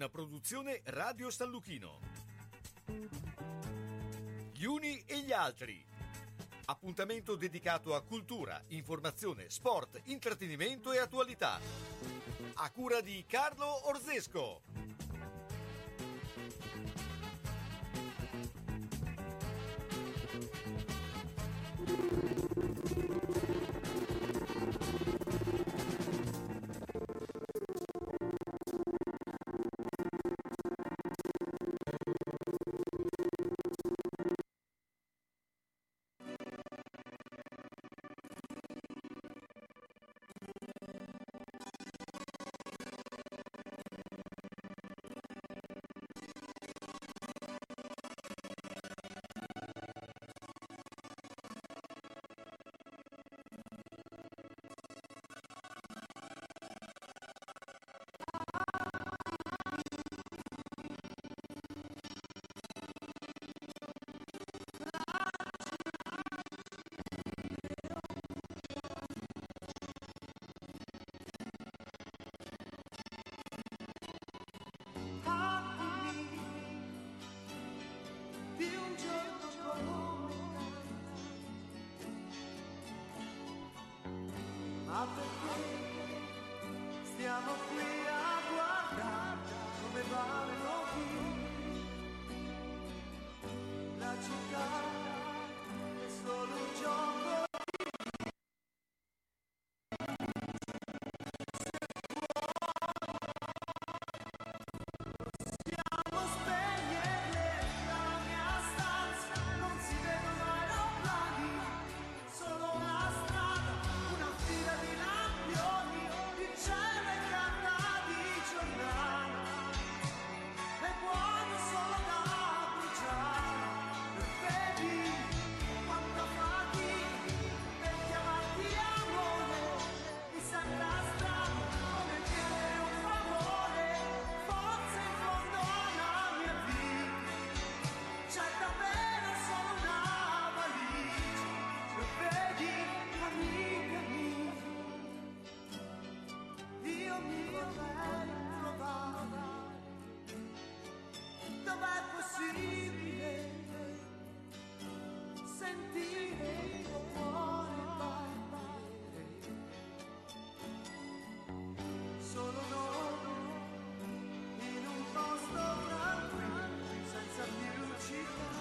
una produzione Radio San Luchino. Gli uni e gli altri. Appuntamento dedicato a cultura, informazione, sport, intrattenimento e attualità. A cura di Carlo Orzesco. Ma perché stiamo qui a guardare come vanno qui? La città è solo un gioco. Possiamo spegnerle dalla mia stanza, non si vedono aeroplani, solo una strada, una fila di lampioni, il cielo è carta di giornale, è buono solo da bruciare, e vedi quanta fatica per chiamarti amore, mi sembra strano come chiedere un favore, forse in fondo alla mia vita c'è davvero solo una valigia, e vedi amica mia, io mi vorrei trovare, dov'è possibile sentire il tuo cuore battere, solo noi in un posto tranquillo, senza più città,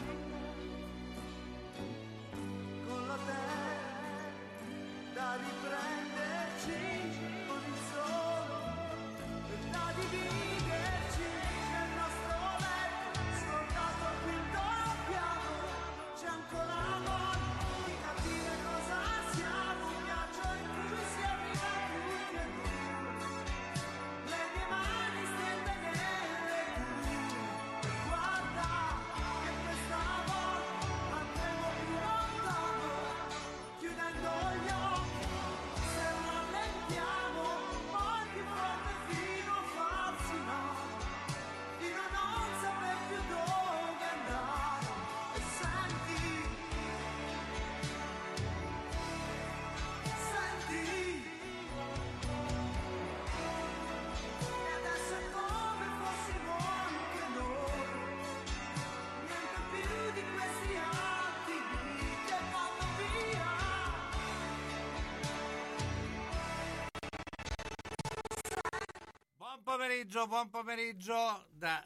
con la terra da riprenderci, con il sole e da dividerci nel nostro letto, scordato al quinto piano, c'è ancora voglia di capire cosa siamo, un viaggio in cui si arriva tutti e due, le mie mani stende nelle tue, e guarda che questa volta andremo più lontano, chiudendo gli occhi, se rallentiamo, poi più forte fino a farsi male, fino a non saper più dove andare, e senti, e adesso è come fossimo anche noi, niente più di questi attimi che vanno via. Buon pomeriggio.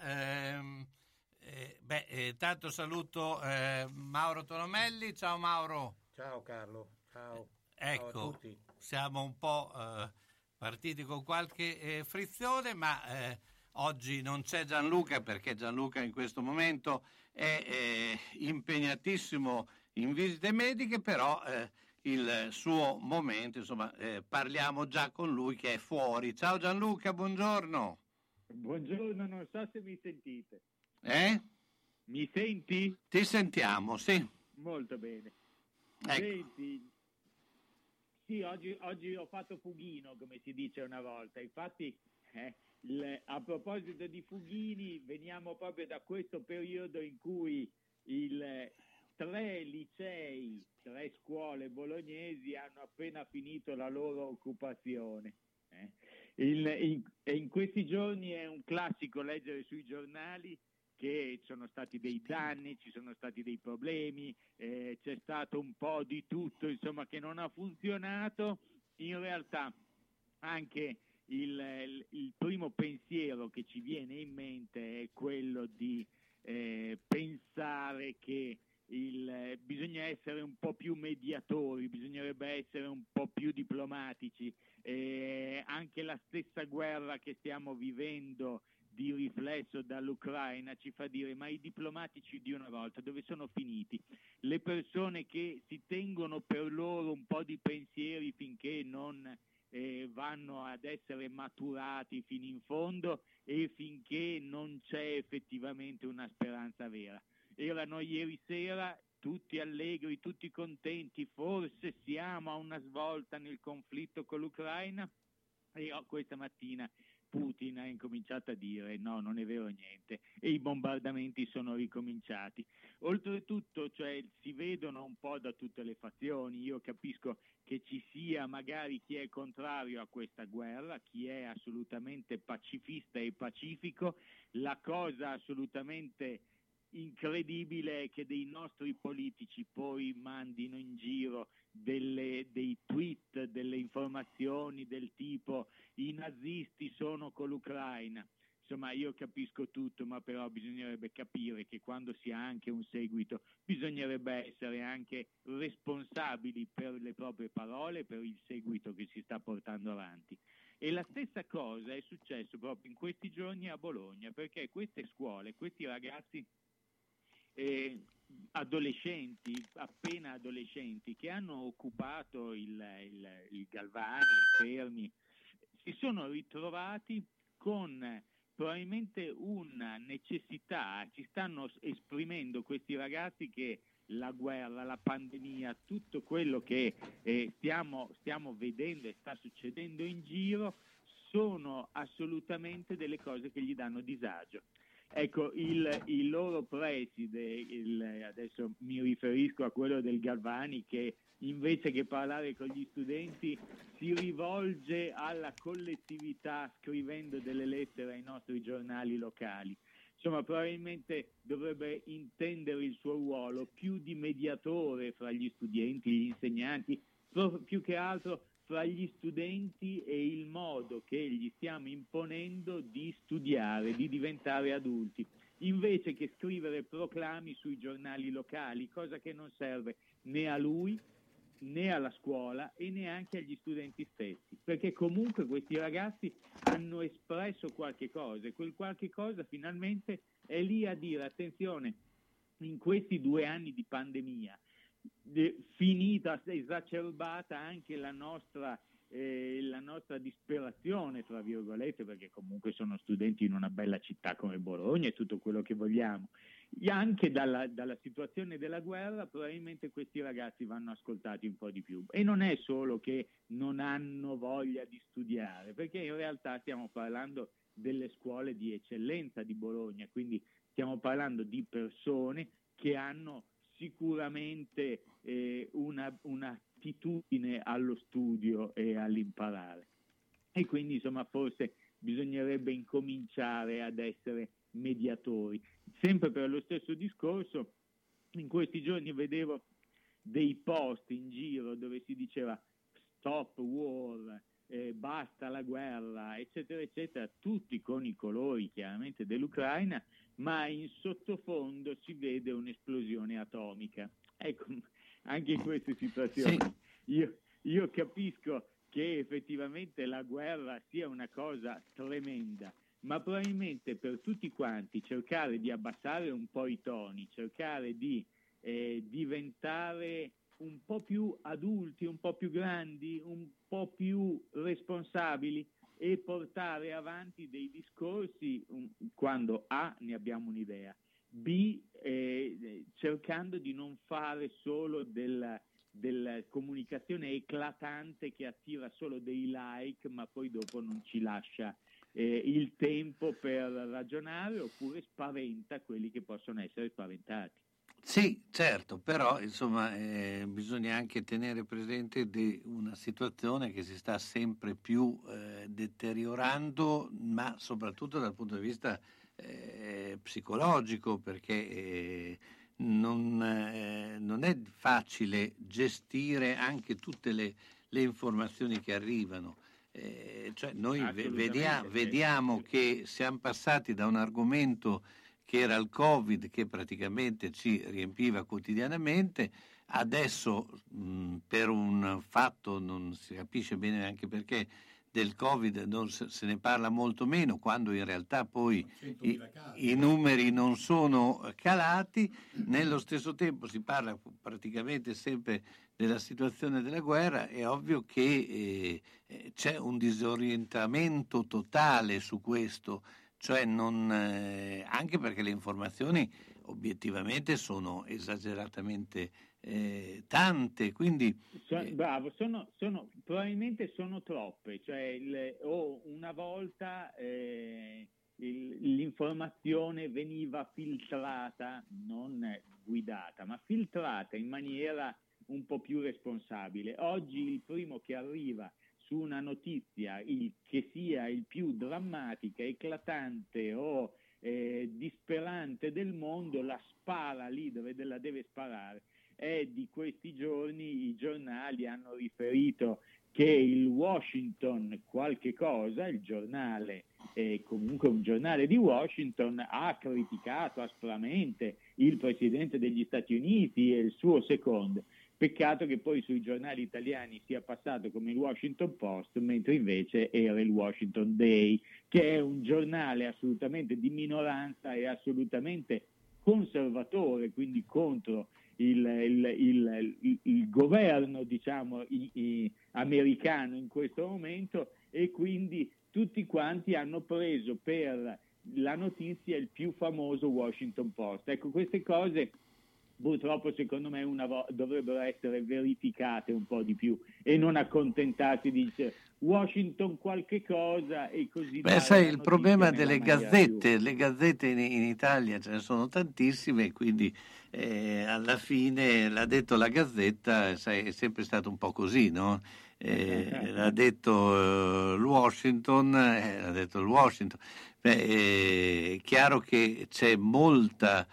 Tanto saluto Mauro Tolomelli. Ciao Mauro. Ciao Carlo, ciao. Ecco, Ciao a tutti. siamo un po' partiti con qualche frizione, ma oggi non c'è Gianluca perché Gianluca in questo momento è impegnatissimo in visite mediche, però il suo momento, insomma, parliamo già con lui che è fuori. Ciao Gianluca, buongiorno. Buongiorno, non so se mi sentite. Mi senti? Ti sentiamo, sì. Molto bene. Ecco. Senti, sì, oggi ho fatto fughino, come si dice una volta. Infatti, a proposito di fughini, veniamo proprio da questo periodo in cui tre licei, tre scuole bolognesi hanno appena finito la loro occupazione. In questi giorni è un classico leggere sui giornali che ci sono stati dei danni, ci sono stati dei problemi, c'è stato un po' di tutto, insomma, che non ha funzionato. In realtà anche il primo pensiero che ci viene in mente è quello di pensare che bisogna essere un po' più mediatori, bisognerebbe essere un po' più diplomatici. Anche la stessa guerra che stiamo vivendo di riflesso dall'Ucraina ci fa dire: ma i diplomatici di una volta dove sono finiti? Le persone che si tengono per loro un po' di pensieri finché non vanno ad essere maturati fino in fondo e finché non c'è effettivamente una speranza vera. Erano ieri sera tutti allegri, tutti contenti, forse siamo a una svolta nel conflitto con l'Ucraina, e questa mattina Putin ha incominciato a dire no, non è vero niente, e i bombardamenti sono ricominciati. Oltretutto, cioè, si vedono un po' da tutte le fazioni. Io capisco che ci sia magari chi è contrario a questa guerra, chi è assolutamente pacifista e pacifico. La cosa assolutamente incredibile è che dei nostri politici poi mandino in giro dei tweet, delle informazioni del tipo: i nazisti sono con l'Ucraina. Insomma, io capisco tutto, ma però bisognerebbe capire che quando si ha anche un seguito bisognerebbe essere anche responsabili per le proprie parole, per il seguito che si sta portando avanti. E la stessa cosa è successo proprio in questi giorni a Bologna, perché queste scuole, questi ragazzi adolescenti, appena adolescenti, che hanno occupato il Galvani, il Fermi, si sono ritrovati con probabilmente una necessità. Ci stanno esprimendo questi ragazzi che la guerra, la pandemia, tutto quello che stiamo vedendo e sta succedendo in giro sono assolutamente delle cose che gli danno disagio. Ecco, il loro preside, adesso mi riferisco a quello del Galvani, che invece che parlare con gli studenti si rivolge alla collettività scrivendo delle lettere ai nostri giornali locali. Insomma, probabilmente dovrebbe intendere il suo ruolo più di mediatore fra gli studenti, gli insegnanti, più che altro fra gli studenti e il modo che gli stiamo imponendo di studiare, di diventare adulti, invece che scrivere proclami sui giornali locali, cosa che non serve né a lui né alla scuola e neanche agli studenti stessi, perché comunque questi ragazzi hanno espresso qualche cosa, e quel qualche cosa finalmente è lì a dire: attenzione, in questi 2 anni di pandemia, finita, esacerbata anche la nostra disperazione, tra virgolette, perché comunque sono studenti in una bella città come Bologna e tutto quello che vogliamo. E anche dalla situazione della guerra probabilmente questi ragazzi vanno ascoltati un po' di più, e non è solo che non hanno voglia di studiare, perché in realtà stiamo parlando delle scuole di eccellenza di Bologna, quindi stiamo parlando di persone che hanno sicuramente un'attitudine allo studio e all'imparare, e quindi insomma forse bisognerebbe incominciare ad essere mediatori. Sempre per lo stesso discorso, in questi giorni vedevo dei post in giro dove si diceva stop war, basta la guerra, eccetera eccetera, tutti con i colori chiaramente dell'Ucraina, ma in sottofondo si vede un'esplosione atomica. Ecco, anche in queste situazioni io capisco che effettivamente la guerra sia una cosa tremenda, ma probabilmente per tutti quanti cercare di abbassare un po' i toni, cercare di diventare un po' più adulti, un po' più grandi, un po' più responsabili, e portare avanti dei discorsi quando A, ne abbiamo un'idea, B, cercando di non fare solo della comunicazione eclatante che attira solo dei like, ma poi dopo non ci lascia il tempo per ragionare, oppure spaventa quelli che possono essere spaventati. Sì, certo, però insomma bisogna anche tenere presente una situazione che si sta sempre più deteriorando, ma soprattutto dal punto di vista psicologico, perché non è facile gestire anche tutte le informazioni che arrivano. Cioè noi vediamo che siamo passati da un argomento che era il Covid, che praticamente ci riempiva quotidianamente. Adesso per un fatto, non si capisce bene neanche perché, del Covid non se ne parla molto meno, quando in realtà poi i numeri non sono calati. Nello stesso tempo si parla praticamente sempre della situazione della guerra. È ovvio che c'è un disorientamento totale su questo, cioè anche perché le informazioni obiettivamente sono esageratamente tante, quindi Bravo, probabilmente sono troppe, cioè una volta l'informazione veniva filtrata, non guidata, ma filtrata in maniera un po' più responsabile. Oggi il primo che arriva su una notizia che sia il più drammatica, eclatante o disperante del mondo, la spara lì dove la deve sparare. E di questi giorni i giornali hanno riferito che il Washington qualche cosa, il giornale, comunque un giornale di Washington, ha criticato aspramente il presidente degli Stati Uniti e il suo secondo. Peccato che poi sui giornali italiani sia passato come il Washington Post, mentre invece era il Washington Day, che è un giornale assolutamente di minoranza e assolutamente conservatore, quindi contro il governo, diciamo, americano in questo momento, e quindi tutti quanti hanno preso per la notizia il più famoso Washington Post. Ecco, queste cose purtroppo secondo me dovrebbero essere verificate un po' di più e non accontentarsi di dire Washington qualche cosa e così. Beh, sai, il problema delle gazzette, le gazzette in Italia ce ne sono tantissime, quindi alla fine l'ha detto la Gazzetta, sai, è sempre stato un po' così, no? L'ha detto il Washington, l'ha detto il Washington. Beh, è chiaro che c'è molta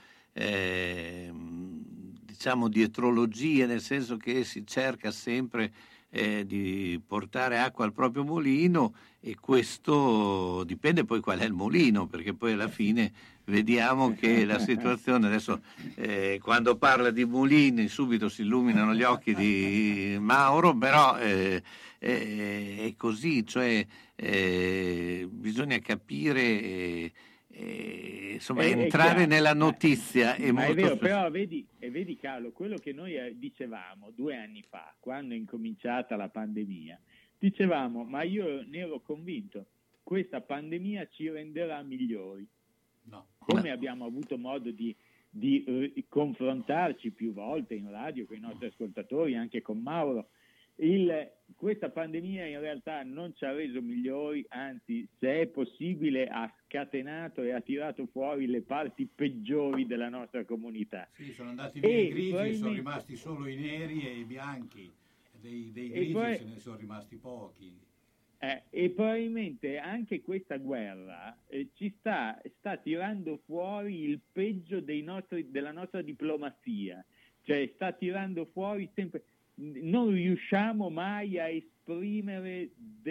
diciamo dietrologia, nel senso che si cerca sempre di portare acqua al proprio mulino, e questo dipende poi qual è il mulino, perché poi alla fine vediamo che la situazione adesso quando parla di mulini subito si illuminano gli occhi di Mauro, però è così, cioè bisogna capire insomma entrare nella notizia. Ma è vero, però vedi Carlo, quello che noi dicevamo 2 anni fa, quando è incominciata la pandemia, dicevamo, ma io ne ero convinto, questa pandemia ci renderà migliori. No. Come abbiamo avuto modo di confrontarci più volte in radio con i nostri ascoltatori, anche con Mauro, questa pandemia in realtà non ci ha reso migliori, anzi, se è possibile, ha scatenato e ha tirato fuori le parti peggiori della nostra comunità. Sì, sono andati via i grigi e sono rimasti solo i neri e i bianchi. Dei grigi ce ne sono rimasti pochi. E probabilmente anche questa guerra ci sta tirando fuori il peggio della nostra diplomazia, cioè sta tirando fuori sempre. Non riusciamo mai a esprimere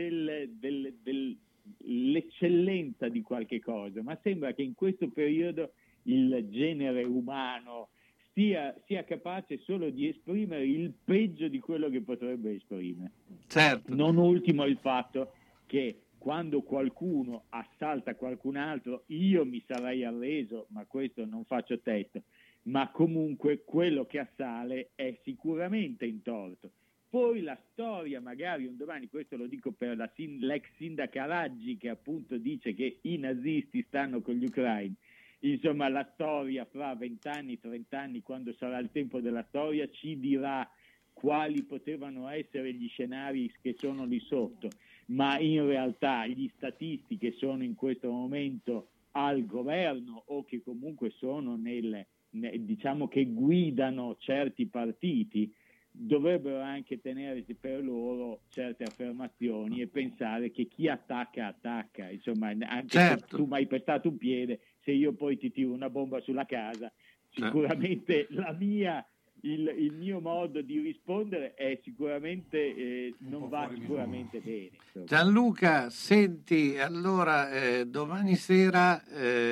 l'eccellenza di qualche cosa, ma sembra che in questo periodo il genere umano sia capace solo di esprimere il peggio di quello che potrebbe esprimere. Certo. Non ultimo il fatto che quando qualcuno assalta qualcun altro, io mi sarei arreso, ma questo non faccio testo, ma comunque quello che assale è sicuramente in torto. Poi la storia, magari un domani, questo lo dico per l'ex sindaca Raggi, che appunto dice che i nazisti stanno con gli ucraini, insomma la storia fra 20 anni, 30 anni, quando sarà il tempo della storia, ci dirà quali potevano essere gli scenari che sono lì sotto, ma in realtà gli statisti che sono in questo momento al governo o che comunque sono diciamo che guidano certi partiti, dovrebbero anche tenersi per loro certe affermazioni e pensare che chi attacca, insomma, anche se tu mi hai pestato un piede, se io poi ti tiro una bomba sulla casa, sicuramente il mio modo di rispondere è sicuramente non va sicuramente bene. Insomma. Gianluca, senti, allora domani sera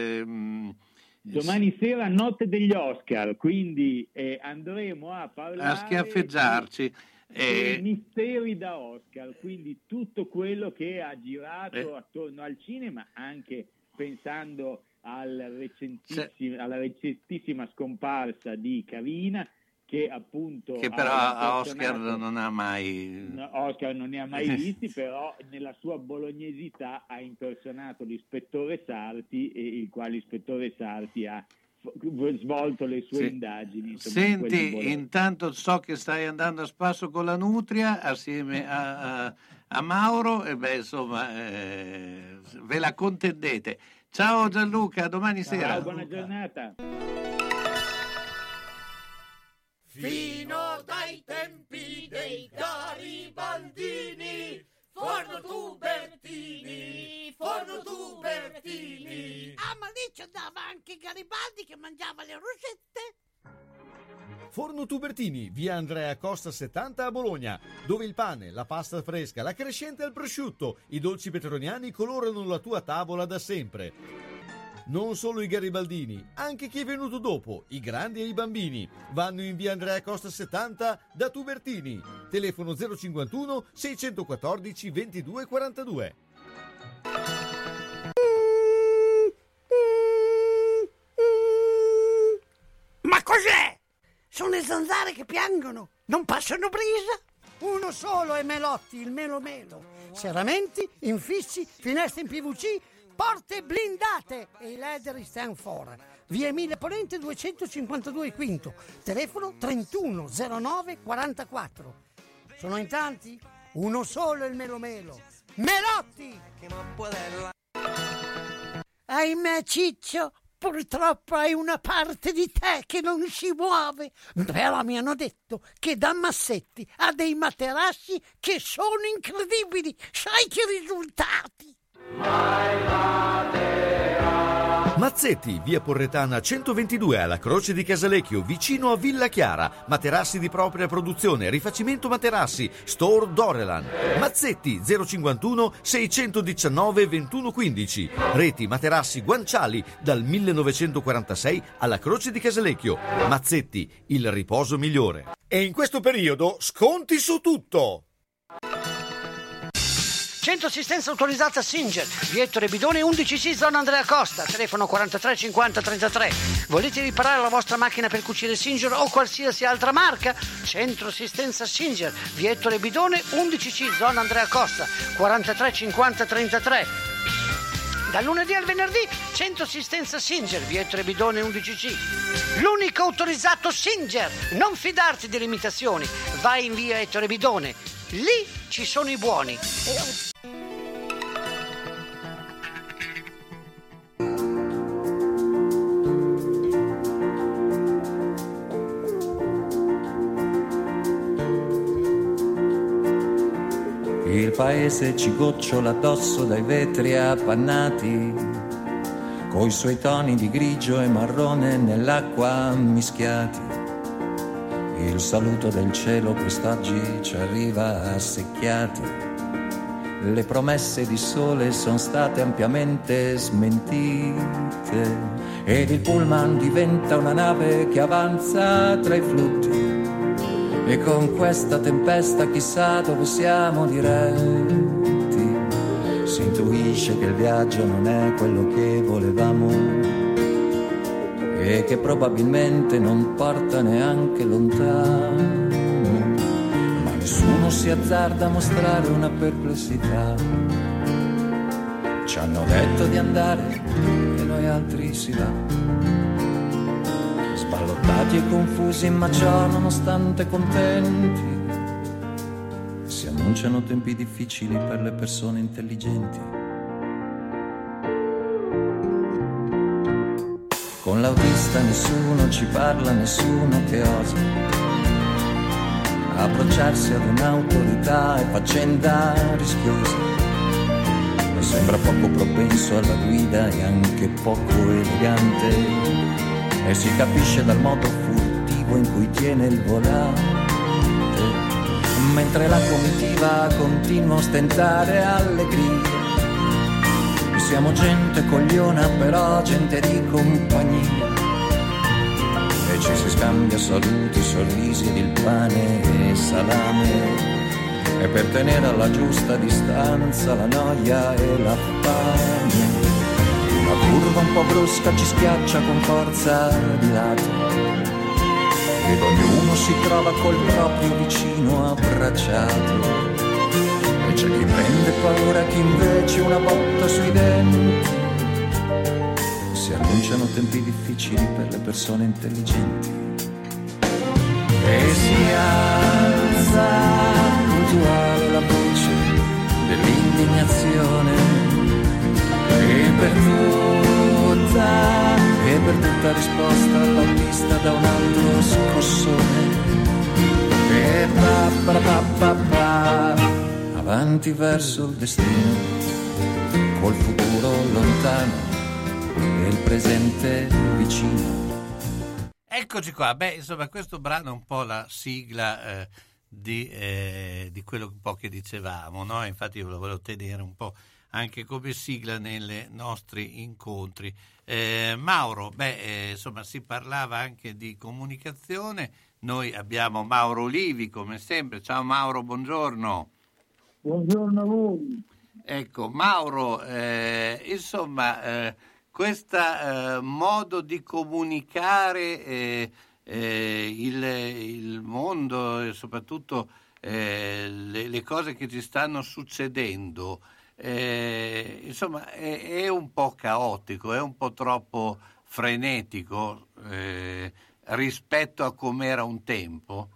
notte degli Oscar, quindi andremo a parlare a schiaffeggiarci dei misteri da Oscar, quindi tutto quello che ha girato attorno al cinema, anche pensando alla recentissima scomparsa di Carina, che appunto però a Oscar non ha mai visti, però nella sua bolognesità ha impersonato l'ispettore Sarti, e il quale ispettore Sarti ha svolto le sue indagini. Insomma, senti, intanto so che stai andando a spasso con la Nutria assieme a Mauro, e insomma ve la contendete. Ciao Gianluca, a domani sera. Ciao, buona giornata. Fino dai tempi dei Garibaldini, forno tubertini. Ah, ma lì ci andava anche Garibaldi che mangiava le rosette. Forno Tubertini, via Andrea Costa 70 a Bologna, dove il pane, la pasta fresca, la crescente al prosciutto, i dolci petroniani colorano la tua tavola da sempre. Non solo i garibaldini, anche chi è venuto dopo, i grandi e i bambini, vanno in via Andrea Costa 70 da Tubertini. Telefono 051 614 22 42. Ma cos'è? Sono le zanzare che piangono, non passano brisa. Uno solo è Melotti, il Melo Melo. Serramenti, infissi, finestre in PVC, porte blindate e i leder stand for. Via Emile Ponente 252 Quinto, telefono 31 09 44. Sono in tanti? Uno solo è il Melo Melo. Melotti! Ahimè Ciccio, purtroppo hai una parte di te che non si muove, però mi hanno detto che da Massetti ha dei materassi che sono incredibili. Sai che risultati? Mazzetti, via Porretana 122 alla Croce di Casalecchio, vicino a Villa Chiara. Materassi di propria produzione, rifacimento materassi, Store Dorelan. Mazzetti 051 619 2115. Reti materassi guanciali dal 1946 alla Croce di Casalecchio. Mazzetti, il riposo migliore. E in questo periodo sconti su tutto. Centro assistenza autorizzata Singer, via Ettore Bidone 11C, zona Andrea Costa, telefono 43 50 33. Volete riparare la vostra macchina per cucire Singer o qualsiasi altra marca? Centro assistenza Singer, via Ettore Bidone 11C, zona Andrea Costa, 43 50 33. Dal lunedì al venerdì, centro assistenza Singer, via Ettore Bidone 11C. L'unico autorizzato Singer. Non fidarti delle imitazioni. Vai in via Ettore Bidone. Lì ci sono i buoni. Il paese ci gocciola addosso dai vetri appannati, coi suoi toni di grigio e marrone nell'acqua mischiati. Il saluto del cielo quest'oggi ci arriva a secchiati. Le promesse di sole sono state ampiamente smentite ed il pullman diventa una nave che avanza tra i flutti. E con questa tempesta chissà dove siamo diretti. Si intuisce che il viaggio non è quello che volevamo e che probabilmente non porta neanche lontano. Ma nessuno si azzarda a mostrare una perplessità. Ci hanno detto di andare e noi altri si va. Sballottati e confusi, ma ciò nonostante contenti. Si annunciano tempi difficili per le persone intelligenti. Con l'autista nessuno ci parla, nessuno che osa approcciarsi ad un'autorità è faccenda rischiosa. Mi sembra poco propenso alla guida e anche poco elegante, e si capisce dal modo furtivo in cui tiene il volante, mentre la comitiva continua a ostentare allegria. Siamo gente cogliona, però gente di compagnia, e ci si scambia saluti, sorrisi ed il pane e salame, e per tenere alla giusta distanza la noia e la fame. Una curva un po' brusca ci schiaccia con forza di lato, ed ognuno si trova col proprio vicino abbracciato. E c'è chi prende paura, chi invece una botta sui denti. Si annunciano tempi difficili per le persone intelligenti. E si alza puntuale la voce dell'indignazione, e per tutta risposta l'autista da un altro scossone. E avanti verso il destino, col futuro lontano e il presente vicino. Eccoci qua, insomma questo brano è un po' la sigla di quello un po' che dicevamo, no? Infatti io lo volevo tenere un po' anche come sigla nei nostri incontri. Mauro, insomma si parlava anche di comunicazione, noi abbiamo Mauro Olivi come sempre. Ciao Mauro, buongiorno. Buongiorno a voi. Ecco, Mauro, insomma, questo modo di comunicare il mondo e soprattutto le cose che ci stanno succedendo, insomma, è un po' caotico, è un po' troppo frenetico rispetto a com'era un tempo.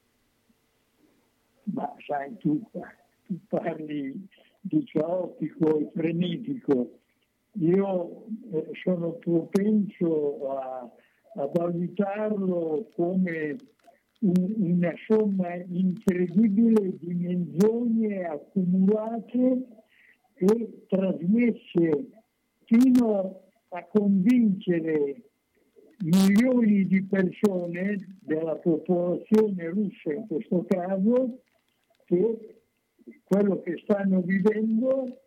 Ma sai, tu parli di caotico e frenetico. Io sono propenso a valutarlo come una somma incredibile di menzogne accumulate e trasmesse fino a convincere milioni di persone della popolazione russa in questo caso che quello che stanno vivendo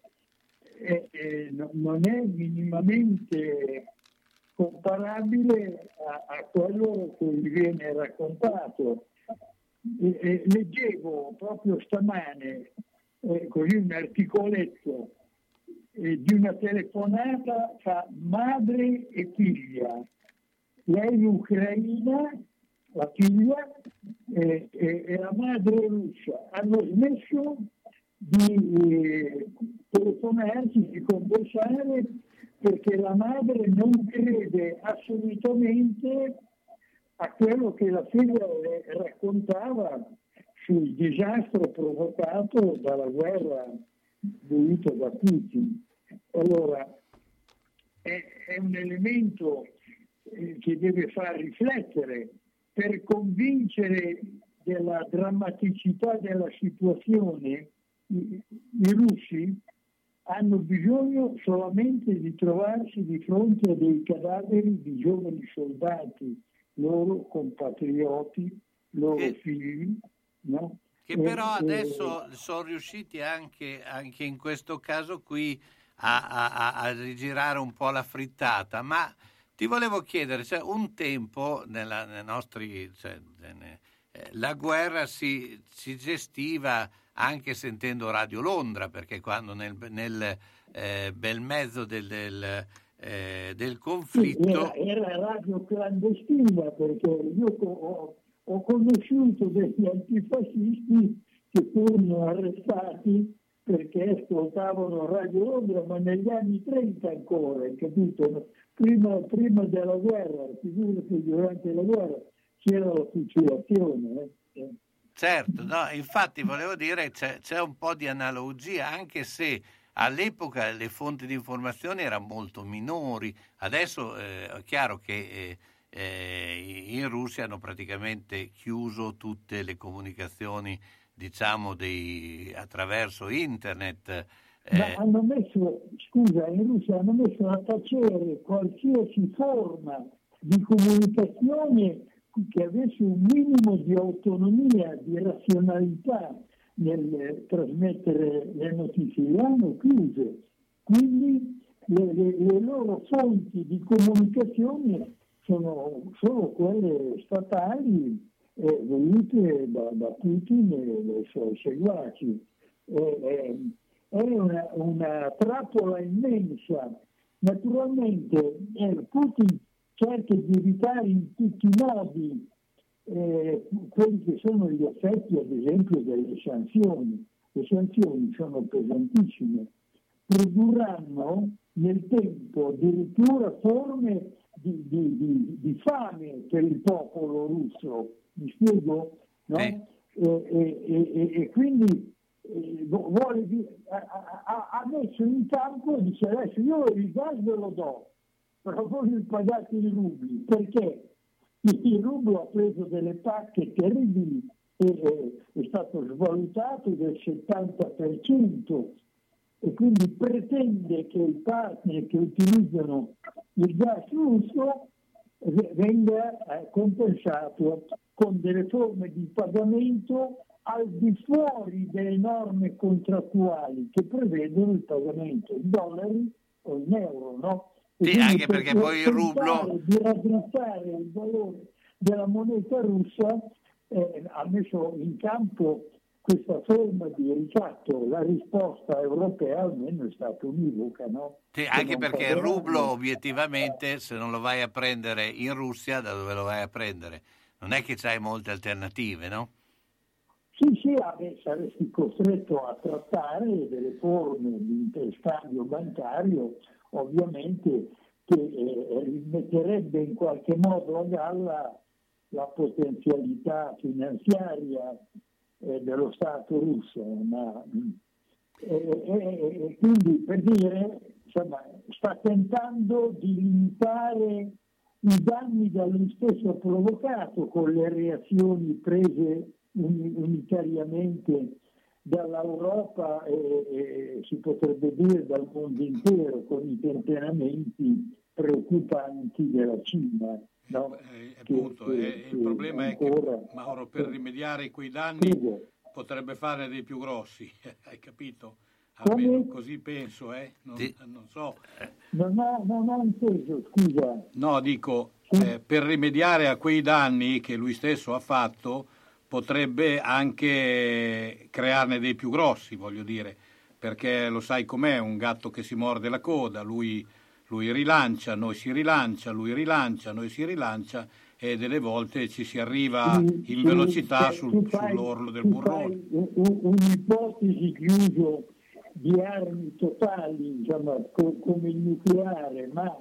non è minimamente comparabile a quello che gli viene raccontato. Leggevo proprio stamane così un articoletto di una telefonata tra madre e figlia. Lei in Ucraina, la figlia, e la madre russa hanno smesso di telefonarsi, di conversare, perché la madre non crede assolutamente a quello che la figlia raccontava sul disastro provocato dalla guerra voluta da Putin. Allora, è un elemento che deve far riflettere. Per convincere della drammaticità della situazione, i russi hanno bisogno solamente di trovarsi di fronte a dei cadaveri di giovani soldati, loro compatrioti, loro figli, no? Che però adesso sono riusciti anche in questo caso qui a rigirare un po' la frittata, ma ti volevo chiedere, cioè un tempo nei nostri, la guerra si gestiva anche sentendo Radio Londra, perché quando nel bel mezzo del conflitto... Sì, era radio clandestina, perché io ho conosciuto degli antifascisti che furono arrestati perché ascoltavano Radio Londra, ma negli anni 30 ancora, capito? Prima della guerra, figurati, durante la guerra c'era la fucilazione. Certo, no, infatti volevo dire c'è un po' di analogia, anche se all'epoca le fonti di informazione erano molto minori. Adesso è chiaro che in Russia hanno praticamente chiuso tutte le comunicazioni, diciamo, attraverso internet. Ma hanno messo, scusa, in Russia hanno messo a tacere qualsiasi forma di comunicazione che avesse un minimo di autonomia, di razionalità nel trasmettere le notizie, le hanno chiuse. Quindi le loro fonti di comunicazione sono solo quelle statali volute da Putin e dai suoi seguaci. È una trappola immensa. Naturalmente Putin cerca di evitare in tutti i modi quelli che sono gli effetti, ad esempio, delle sanzioni. Le sanzioni sono pesantissime, produrranno nel tempo addirittura forme di fame per il popolo russo, mi spiego? No? E quindi ha messo in campo, dice adesso io il gas ve lo do, però voi mi pagate in rubli, perché il rublo ha preso delle pacche terribili e è stato svalutato del 70%, e quindi pretende che i partner che utilizzano il gas russo venga compensato con delle forme di pagamento al di fuori delle norme contrattuali che prevedono il pagamento in dollari o in euro, no? Sì, anche perché poi il rublo di raddrizzare il valore della moneta russa ha messo in campo questa forma di ricatto. La risposta europea almeno è stata univoca, no? Sì, anche perché il rublo obiettivamente, se non lo vai a prendere in Russia, da dove lo vai a prendere? Non è che c'hai molte alternative, no? Sì, saresti costretto a trattare delle forme di interscambio bancario, ovviamente, che rimetterebbe in qualche modo a galla la potenzialità finanziaria dello Stato russo, ma quindi, per dire, insomma, sta tentando di limitare i danni da lui stesso provocato con le reazioni prese unitariamente dall'Europa e si potrebbe dire dal mondo intero, con i temperamenti preoccupanti della Cina. No? Il problema è che, Mauro, per rimediare quei danni potrebbe fare dei più grossi, hai capito? Almeno così penso, non so. Non ho inteso, scusa. No, dico, per rimediare a quei danni che lui stesso ha fatto, potrebbe anche crearne dei più grossi, voglio dire, perché lo sai com'è, un gatto che si morde la coda, lui rilancia, noi si rilancia, lui rilancia, noi si rilancia, e delle volte ci si arriva in velocità sull'orlo del burrone. Un'ipotesi di uso di armi totali, diciamo, come il nucleare, ma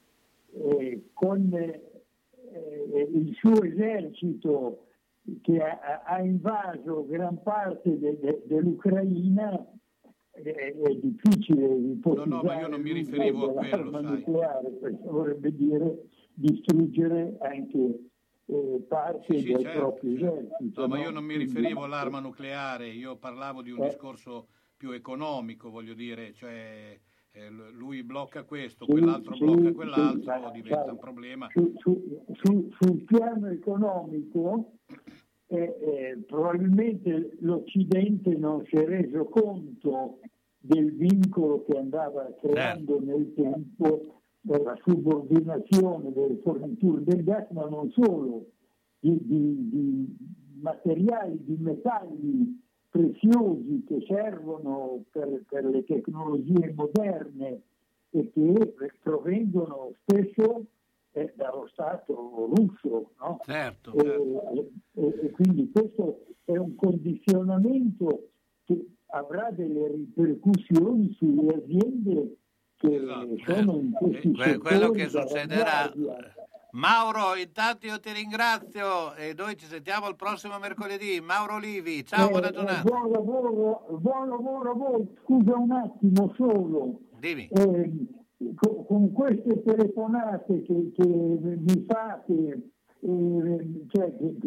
con il suo esercito che ha invaso gran parte dell'Ucraina, è difficile ipotizzare. No, ma io non mi riferivo a quello, sai. Nucleare, perché vorrebbe dire distruggere anche parte del proprio esercito. No, ma io non mi riferivo all'arma nucleare, io parlavo di un discorso più economico, voglio dire, cioè lui blocca questo, quell'altro blocca quell'altro, diventa un problema. Sul piano economico probabilmente l'Occidente non si è reso conto del vincolo che andava creando nel tempo la subordinazione delle forniture del gas, ma non solo, di materiali, di metalli preziosi che servono per le tecnologie moderne e che provengono spesso dallo Stato russo, no? Certo. E quindi questo è un condizionamento che avrà delle ripercussioni sulle aziende che sono in questi settori. Quello che succederà, Mauro, intanto io ti ringrazio e noi ci sentiamo il prossimo mercoledì. Mauro Olivi, ciao, buona giornata. Buon lavoro a voi. Scusa un attimo solo. Dimmi. Con queste telefonate che mi fate, cioè che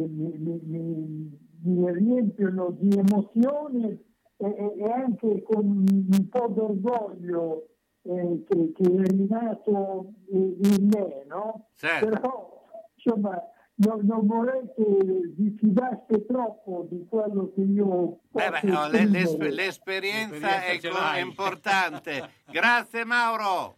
mi riempiono di emozione e anche con un po' d'orgoglio che è rinato in me, no? Certo. Però, insomma, non vorrei che vi fidaste troppo di quello che io posso esprimere. L'esperienza è importante. Grazie Mauro.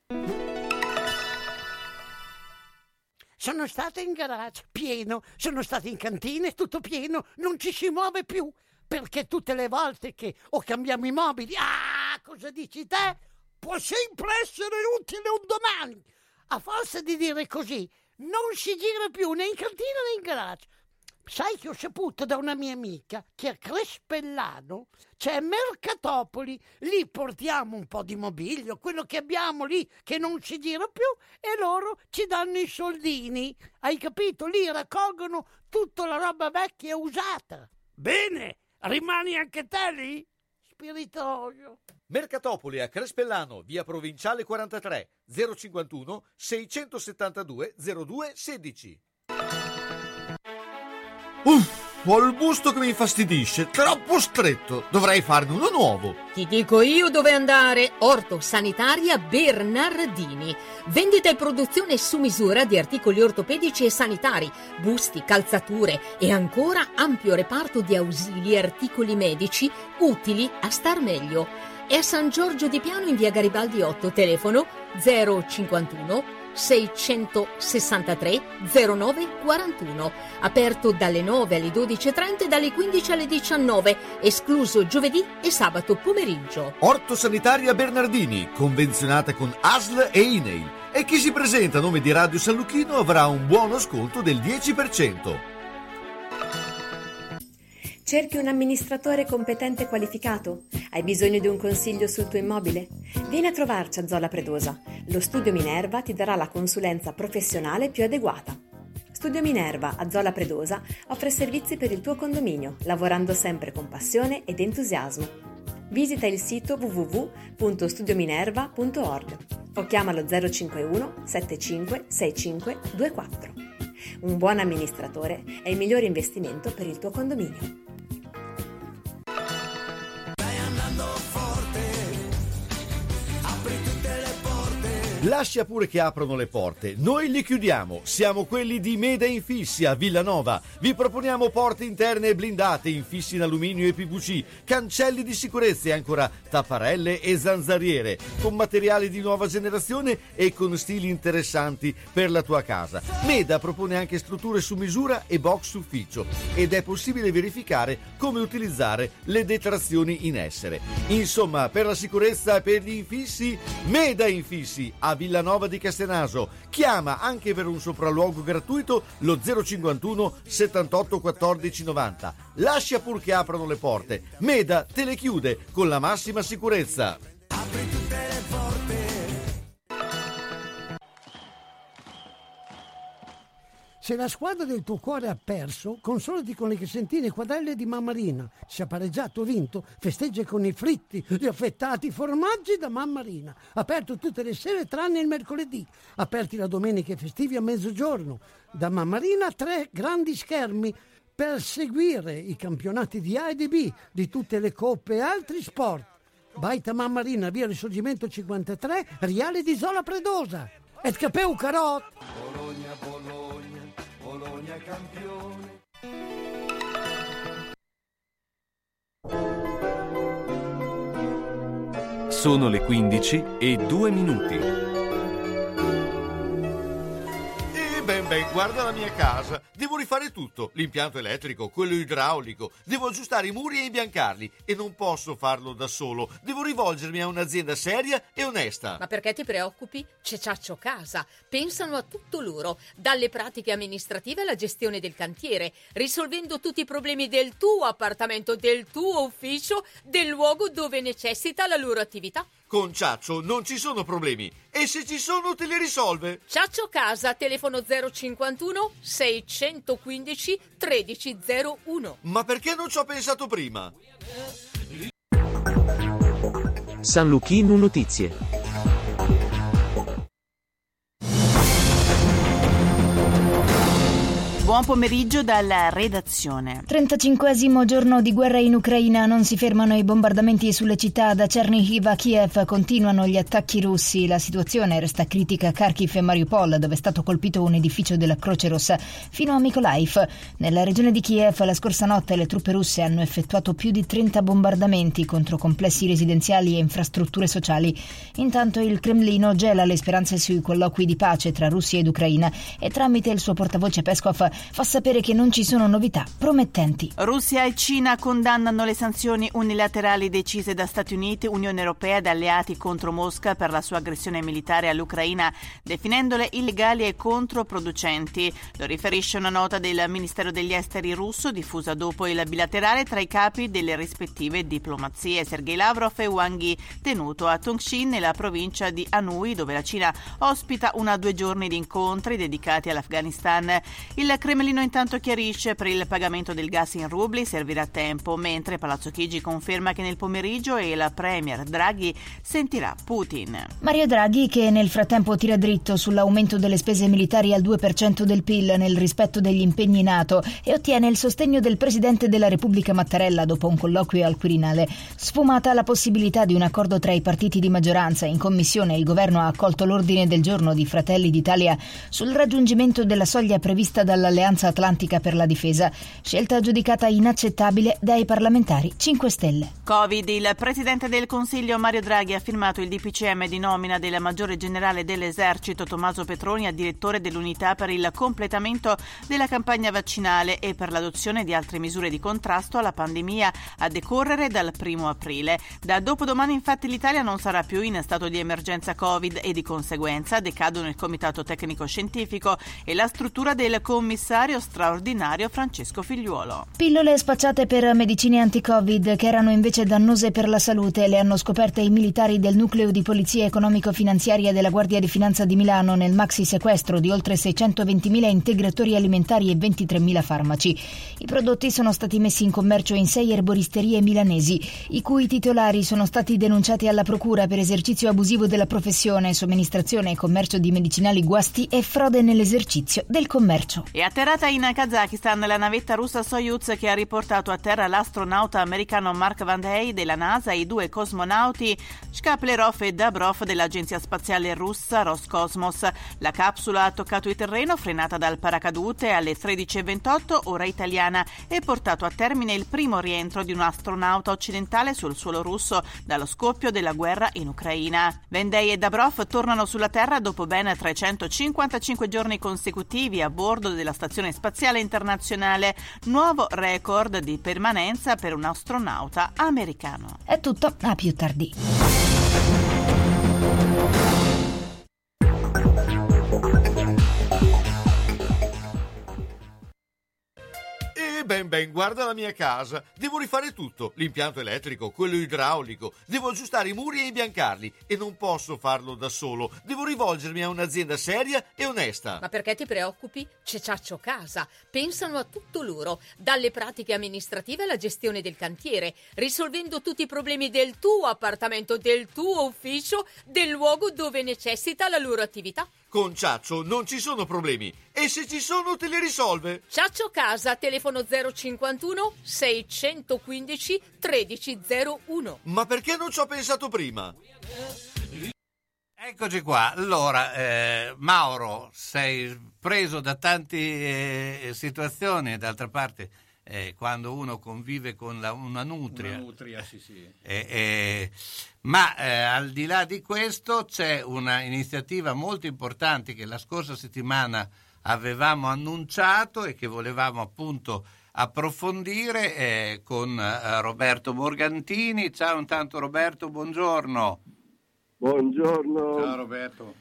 Sono stata in garage, pieno, sono stata in cantina, è tutto pieno, non ci si muove più, perché tutte le volte che cambiamo i mobili, cosa dici te? Può sempre essere utile un domani. A forza di dire così, non si gira più né in cantina né in garage. Sai che ho saputo da una mia amica che a Crespellano c'è Mercatopoli, lì portiamo un po' di mobilio, quello che abbiamo lì che non si gira più e loro ci danno i soldini, hai capito? Lì raccolgono tutta la roba vecchia e usata. Bene, rimani anche te lì? Spiritoso. Mercatopoli a Crespellano, via Provinciale 43, 051 672 02 16. Ho il busto che mi infastidisce, troppo stretto, dovrei farne uno nuovo. Ti dico io dove andare. Orto Sanitaria Bernardini. Vendita e produzione su misura di articoli ortopedici e sanitari, busti, calzature e ancora ampio reparto di ausili e articoli medici utili a star meglio. È a San Giorgio di Piano in via Garibaldi 8, telefono 051 663 09 41, aperto dalle 9 alle 12.30 e dalle 15 alle 19, escluso giovedì e sabato pomeriggio. Orto Sanitaria Bernardini, convenzionata con ASL e INEI, e chi si presenta a nome di Radio San Luchino avrà un buono sconto del 10%. Cerchi un amministratore competente e qualificato? Hai bisogno di un consiglio sul tuo immobile? Vieni a trovarci a Zola Predosa. Lo Studio Minerva ti darà la consulenza professionale più adeguata. Studio Minerva a Zola Predosa offre servizi per il tuo condominio, lavorando sempre con passione ed entusiasmo. Visita il sito www.studiominerva.org o chiamalo 051 75 65 24. Un buon amministratore è il migliore investimento per il tuo condominio. Lascia pure che aprono le porte, noi li chiudiamo. Siamo quelli di Meda Infissi a Villanova. Vi proponiamo porte interne blindate, infissi in alluminio e PVC, cancelli di sicurezza e ancora tapparelle e zanzariere, con materiali di nuova generazione e con stili interessanti per la tua casa. Meda propone anche strutture su misura e box ufficio ed è possibile verificare come utilizzare le detrazioni in essere. Insomma, per la sicurezza e per gli infissi, Meda Infissi a Villanova di Castenaso. Chiama anche per un sopralluogo gratuito lo 051 78 14 90. Lascia pur che aprano le porte. Meda te le chiude con la massima sicurezza. Apri tutte le porte. Se la squadra del tuo cuore ha perso, consolati con le crescentine quadrelle di Mammarina. Se ha pareggiato o vinto, festeggia con i fritti, gli affettati formaggi da Mammarina. Aperto tutte le sere tranne il mercoledì. Aperti la domenica e festivi a mezzogiorno. Da Mammarina 3 grandi schermi per seguire i campionati di A e di B, di tutte le coppe e altri sport. Baita Mammarina, via Risorgimento 53, Riale di Zola Predosa. Et capeu carot! Bologna, Bologna, Bologna campione. Sono le 15:02. Ben, guarda la mia casa. Devo rifare tutto, l'impianto elettrico, quello idraulico. Devo aggiustare i muri e imbiancarli e non posso farlo da solo. Devo rivolgermi a un'azienda seria e onesta. Ma perché ti preoccupi? C'è Ciaccio Casa. Pensano a tutto loro, dalle pratiche amministrative alla gestione del cantiere, risolvendo tutti i problemi del tuo appartamento, del tuo ufficio, del luogo dove necessita la loro attività. Con Ciaccio non ci sono problemi e se ci sono te li risolve. Ciaccio Casa, telefono 051 615 1301. Ma perché non ci ho pensato prima? San Luchino Notizie. Buon pomeriggio dalla redazione. 35esimo giorno di guerra in Ucraina, non si fermano i bombardamenti sulle città da Chernihiv a Kiev, continuano gli attacchi russi, la situazione resta critica a Kharkiv e Mariupol, dove è stato colpito un edificio della Croce Rossa, fino a Mykolaiv. Nella regione di Kiev la scorsa notte le truppe russe hanno effettuato più di 30 bombardamenti contro complessi residenziali e infrastrutture sociali. Intanto il Cremlino gela le speranze sui colloqui di pace tra Russia ed Ucraina e tramite il suo portavoce Peskov fa sapere che non ci sono novità promettenti. Russia e Cina condannano le sanzioni unilaterali decise da Stati Uniti, Unione Europea ed alleati contro Mosca per la sua aggressione militare all'Ucraina, definendole illegali e controproducenti. Lo riferisce una nota del Ministero degli Esteri russo diffusa dopo il bilaterale tra i capi delle rispettive diplomazie, Sergei Lavrov e Wang Yi, tenuto a Tongshin nella provincia di Anhui, dove la Cina ospita 2 giorni di incontri dedicati all'Afghanistan. Il Cremlino intanto chiarisce: per il pagamento del gas in rubli servirà tempo, mentre Palazzo Chigi conferma che nel pomeriggio il premier Draghi sentirà Putin. Mario Draghi, che nel frattempo tira dritto sull'aumento delle spese militari al 2% del PIL nel rispetto degli impegni NATO e ottiene il sostegno del Presidente della Repubblica Mattarella dopo un colloquio al Quirinale. Sfumata la possibilità di un accordo tra i partiti di maggioranza, in commissione il governo ha accolto l'ordine del giorno di Fratelli d'Italia sul raggiungimento della soglia prevista dall'Alleanza Atlantica per la Difesa, scelta giudicata inaccettabile dai parlamentari 5 Stelle. Covid. Il Presidente del Consiglio Mario Draghi ha firmato il DPCM di nomina del Maggiore Generale dell'Esercito Tommaso Petroni a direttore dell'unità per il completamento della campagna vaccinale e per l'adozione di altre misure di contrasto alla pandemia a decorrere dal 1 aprile. Da dopodomani infatti l'Italia non sarà più in stato di emergenza Covid e di conseguenza decadono il Comitato Tecnico Scientifico e la struttura del commissario straordinario Francesco Figliuolo. Pillole spacciate per medicine anti-Covid che erano invece dannose per la salute le hanno scoperte i militari del nucleo di polizia economico-finanziaria della Guardia di Finanza di Milano nel maxi sequestro di oltre 620.000 integratori alimentari e 23.000 farmaci. I prodotti sono stati messi in commercio in 6 erboristerie milanesi, i cui titolari sono stati denunciati alla procura per esercizio abusivo della professione, somministrazione e commercio di medicinali guasti e frode nell'esercizio del commercio. È atterrata in Kazakistan la navetta russa Soyuz che ha riportato a terra l'astronauta americano Mark Van Hey della NASA e i 2 cosmonauti Shkaplerov e Dabrov dell'agenzia spaziale russa Roscosmos. La capsula ha toccato il terreno frenata dal paracadute alle 13:28 ora italiana e portato a termine il primo rientro di un astronauta occidentale sul suolo russo dallo scoppio della guerra in Ucraina. Van Hey e Dabrov tornano sulla Terra dopo ben 355 giorni consecutivi a bordo della Stazione Spaziale Internazionale, nuovo record di permanenza per un astronauta americano. È tutto, a più tardi. Ben, guarda la mia casa. Devo rifare tutto, l'impianto elettrico, quello idraulico. Devo aggiustare i muri e imbiancarli e non posso farlo da solo. Devo rivolgermi a un'azienda seria e onesta. Ma perché ti preoccupi? C'è Ciaccio Casa. Pensano a tutto loro, dalle pratiche amministrative alla gestione del cantiere, risolvendo tutti i problemi del tuo appartamento, del tuo ufficio, del luogo dove necessita la loro attività. Con Ciaccio non ci sono problemi e se ci sono te li risolve. Ciaccio Casa, telefono 051 615 1301. Ma perché non ci ho pensato prima? Eccoci qua. Allora, Mauro, sei preso da tante situazioni, d'altra parte quando uno convive con una nutria. Una nutria, sì. Ma al di là di questo c'è una iniziativa molto importante che la scorsa settimana avevamo annunciato e che volevamo appunto approfondire con Roberto Morgantini. Ciao intanto Roberto, buongiorno. Buongiorno. Ciao Roberto.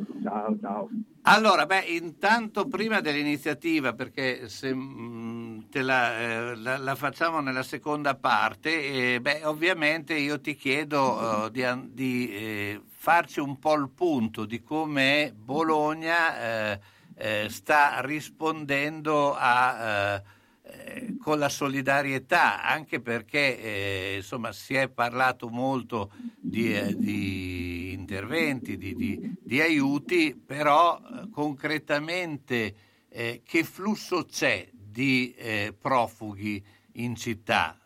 Ciao. Allora, intanto prima dell'iniziativa, perché se la facciamo nella seconda parte. Ovviamente io ti chiedo di farci un po' il punto di come Bologna sta rispondendo con la solidarietà, anche perché insomma si è parlato molto di interventi, di aiuti, però concretamente che flusso c'è di profughi in città?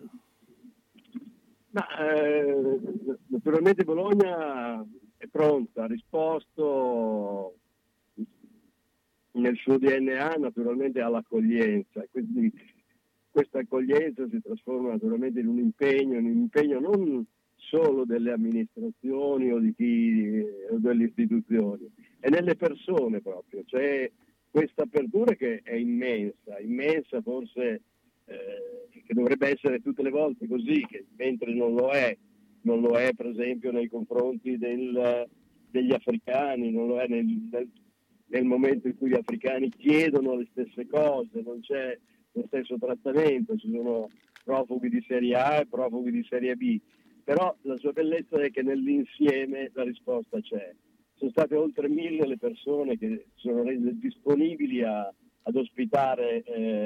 Naturalmente Bologna è pronta, ha risposto nel suo DNA naturalmente all'accoglienza, quindi questa accoglienza si trasforma naturalmente in un impegno non solo delle amministrazioni o o delle istituzioni, è nelle persone proprio, c'è questa apertura che è immensa forse, che dovrebbe essere tutte le volte così, che mentre non lo è per esempio nei confronti degli africani, non lo è nel momento in cui gli africani chiedono le stesse cose, non c'è lo stesso trattamento, ci sono profughi di serie A e profughi di serie B, però la sua bellezza è che nell'insieme la risposta c'è. Sono state oltre 1.000 le persone che si sono rese disponibili ad ospitare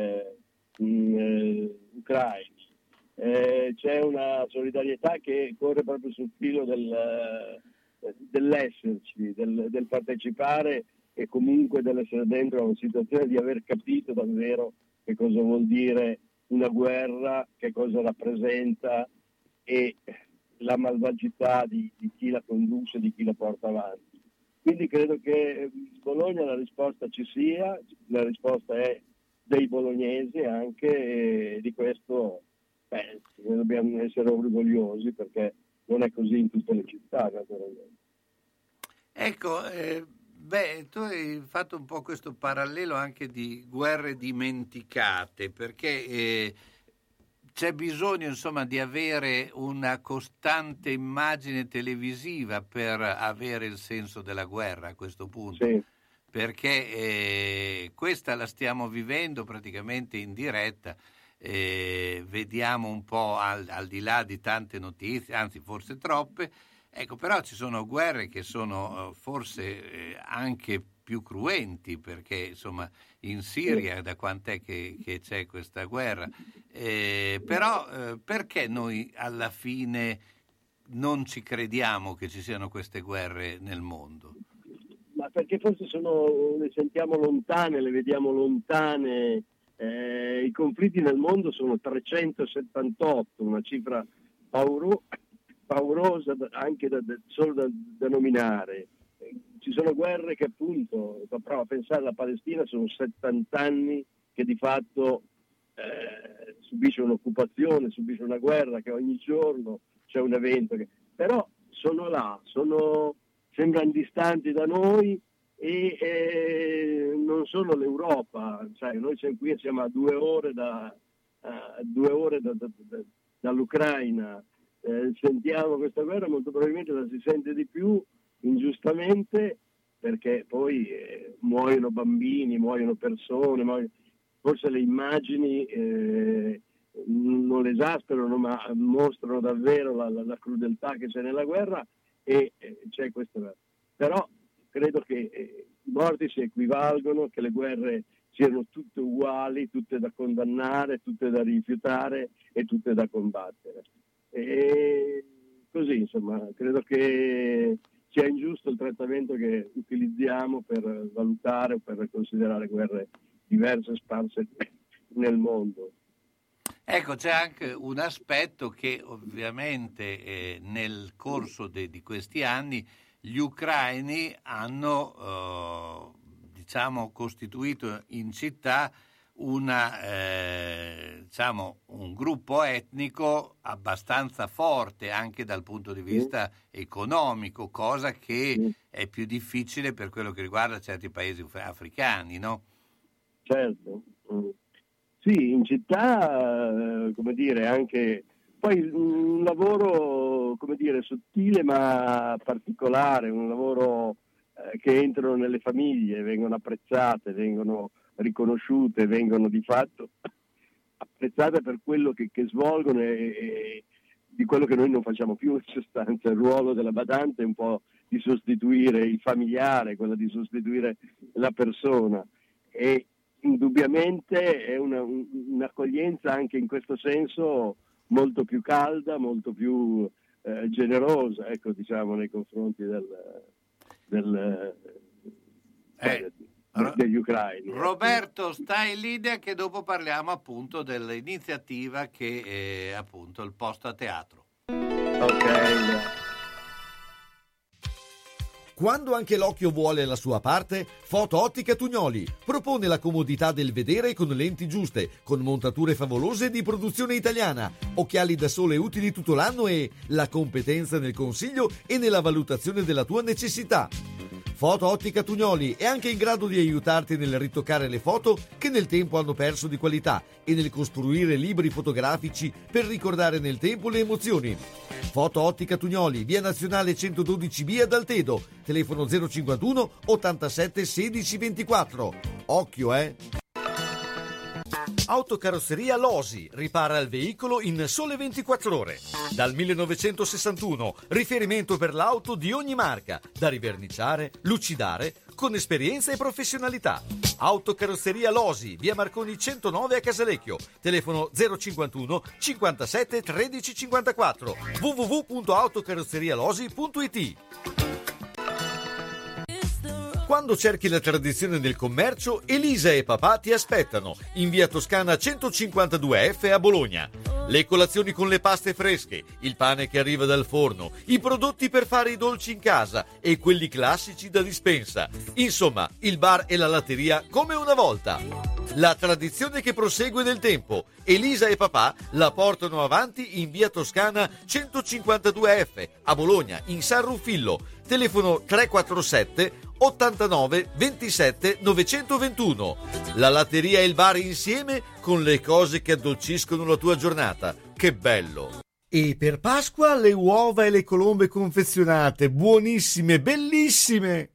ucraini. C'è una solidarietà che corre proprio sul filo dell'esserci, del partecipare e comunque dell'essere dentro a una situazione, di aver capito davvero che cosa vuol dire una guerra, che cosa rappresenta e la malvagità di chi la conduce, di chi la porta avanti. Quindi credo che Bologna la risposta ci sia, la risposta è dei bolognesi anche, e di questo noi dobbiamo essere orgogliosi, perché non è così in tutte le città naturalmente. Ecco, tu hai fatto un po' questo parallelo anche di guerre dimenticate, perché c'è bisogno insomma di avere una costante immagine televisiva per avere il senso della guerra a questo punto, sì. Perché questa la stiamo vivendo praticamente in diretta, vediamo un po' al di là di tante notizie, anzi forse troppe. Ecco, però ci sono guerre che sono forse anche più cruenti, perché insomma in Siria da quant'è che c'è questa guerra, però perché noi alla fine non ci crediamo che ci siano queste guerre nel mondo? Ma perché forse le sentiamo lontane, le vediamo lontane. I conflitti nel mondo sono 378, una cifra paurosa anche solo da nominare. Ci sono guerre che appunto, prova a pensare alla Palestina, sono 70 anni che di fatto subisce un'occupazione, subisce una guerra, che ogni giorno c'è un evento, però sono là, sembrano distanti da noi e non solo l'Europa, sai, noi siamo qui e siamo a 2 ore dall'Ucraina. Sentiamo questa guerra, molto probabilmente la si sente di più, ingiustamente, perché poi muoiono bambini, muoiono persone, forse le immagini non le esasperano, ma mostrano davvero la crudeltà che c'è nella guerra, e c'è questa. Però credo che i morti si equivalgono, che le guerre siano tutte uguali, tutte da condannare, tutte da rifiutare e tutte da combattere. E così, insomma, credo che sia ingiusto il trattamento che utilizziamo per valutare o per considerare guerre diverse sparse nel mondo. Ecco, c'è anche un aspetto che ovviamente nel corso di questi anni gli ucraini hanno costituito in città un gruppo etnico abbastanza forte anche dal punto di vista economico, cosa che è più difficile per quello che riguarda certi paesi africani, no? Certo. Sì, in città, anche poi un lavoro, sottile ma particolare, un lavoro che entrano nelle famiglie, vengono apprezzate, vengono riconosciute, vengono di fatto apprezzate per quello che svolgono e di quello che noi non facciamo più in sostanza. Il ruolo della badante è un po' di sostituire il familiare, quello di sostituire la persona, e indubbiamente è un'accoglienza anche in questo senso molto più calda, molto più generosa, ecco, diciamo, nei confronti degli ucraini. Roberto, stai lì che dopo parliamo appunto dell'iniziativa che è appunto il posto a teatro. Ok. Quando anche l'occhio vuole la sua parte, Foto Ottica Tugnoli propone la comodità del vedere con lenti giuste, con montature favolose di produzione italiana, occhiali da sole utili tutto l'anno e la competenza nel consiglio e nella valutazione della tua necessità. Foto Ottica Tugnoli è anche in grado di aiutarti nel ritoccare le foto che nel tempo hanno perso di qualità e nel costruire libri fotografici per ricordare nel tempo le emozioni. Foto Ottica Tugnoli, via Nazionale 112B ad Altedo, telefono 051 87 16 24. Occhio, Autocarrozzeria Losi ripara il veicolo in sole 24 ore. Dal 1961, riferimento per l'auto di ogni marca, da riverniciare, lucidare, con esperienza e professionalità. Autocarrozzeria Losi, via Marconi 109 a Casalecchio, telefono 051 57 13 54, www.autocarrozzerialosi.it. Quando cerchi la tradizione del commercio, Elisa e papà ti aspettano in via Toscana 152F a Bologna. Le colazioni con le paste fresche, il pane che arriva dal forno, i prodotti per fare i dolci in casa e quelli classici da dispensa. Insomma, il bar e la latteria come una volta. La tradizione che prosegue nel tempo. Elisa e papà la portano avanti in via Toscana 152F a Bologna, in San Ruffillo. Telefono 347 89 27 921. La latteria e il bar insieme con le cose che addolciscono la tua giornata. Che bello! E per Pasqua le uova e le colombe confezionate, buonissime, bellissime!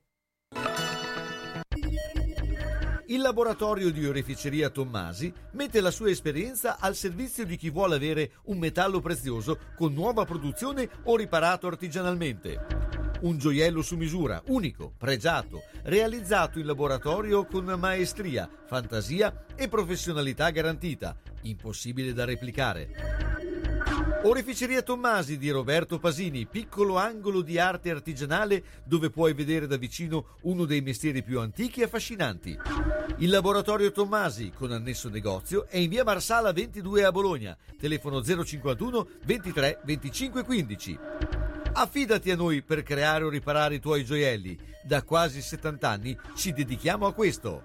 Il laboratorio di oreficeria Tommasi mette la sua esperienza al servizio di chi vuole avere un metallo prezioso con nuova produzione o riparato artigianalmente. Un gioiello su misura, unico, pregiato, realizzato in laboratorio con maestria, fantasia e professionalità garantita, impossibile da replicare. Oreficeria Tommasi di Roberto Pasini, piccolo angolo di arte artigianale dove puoi vedere da vicino uno dei mestieri più antichi e affascinanti. Il laboratorio Tommasi, con annesso negozio, è in via Marsala 22 a Bologna, telefono 051 23 25 15. Affidati a noi per creare o riparare i tuoi gioielli. Da quasi 70 anni ci dedichiamo a questo.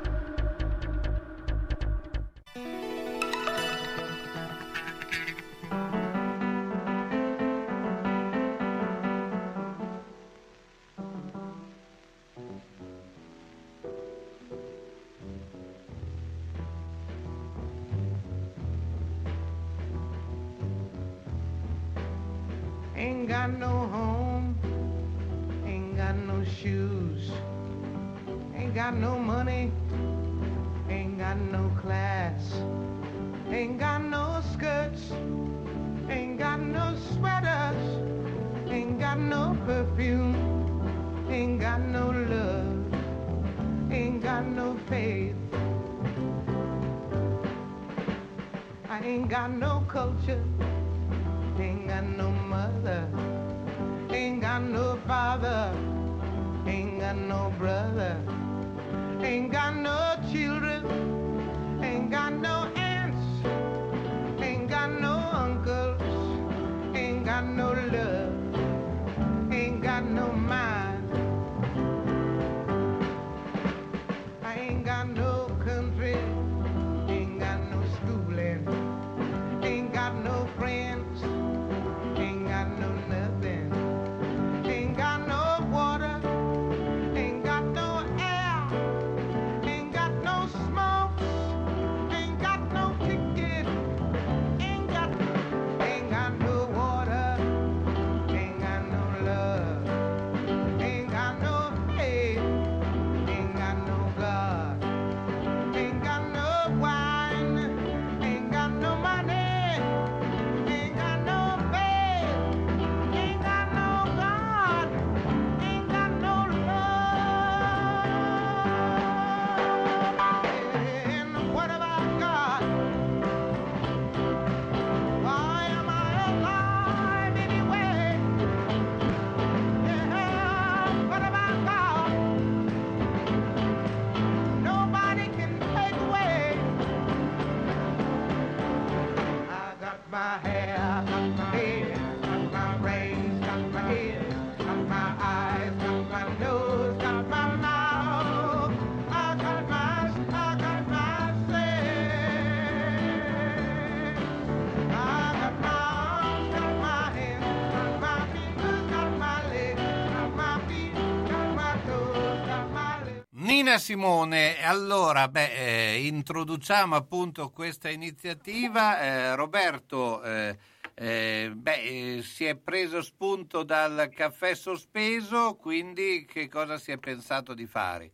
Ain't got no home, ain't got no shoes, ain't got no money, ain't got no class, ain't got no skirts, ain't got no sweaters, ain't got no perfume, ain't got no love, ain't got no faith. I ain't got no culture, ain't got no mother, ain't got no father, ain't got no brother, ain't got no children, ain't got no aunts, ain't got no uncles, ain't got no love, ain't got no mind. I ain't got no country, ain't got no schooling, ain't got no friends, ain't got no nothing, ain't got no water, ain't got no air, ain't Nina Simone, allora introduciamo appunto questa iniziativa. Roberto si è preso spunto dal caffè sospeso, quindi che cosa si è pensato di fare?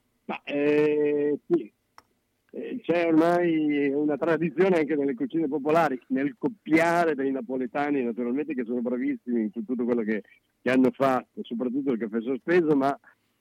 Sì. C'è ormai una tradizione anche nelle cucine popolari nel copiare dei napoletani, naturalmente, che sono bravissimi in tutto quello che hanno fatto, soprattutto il caffè sospeso, ma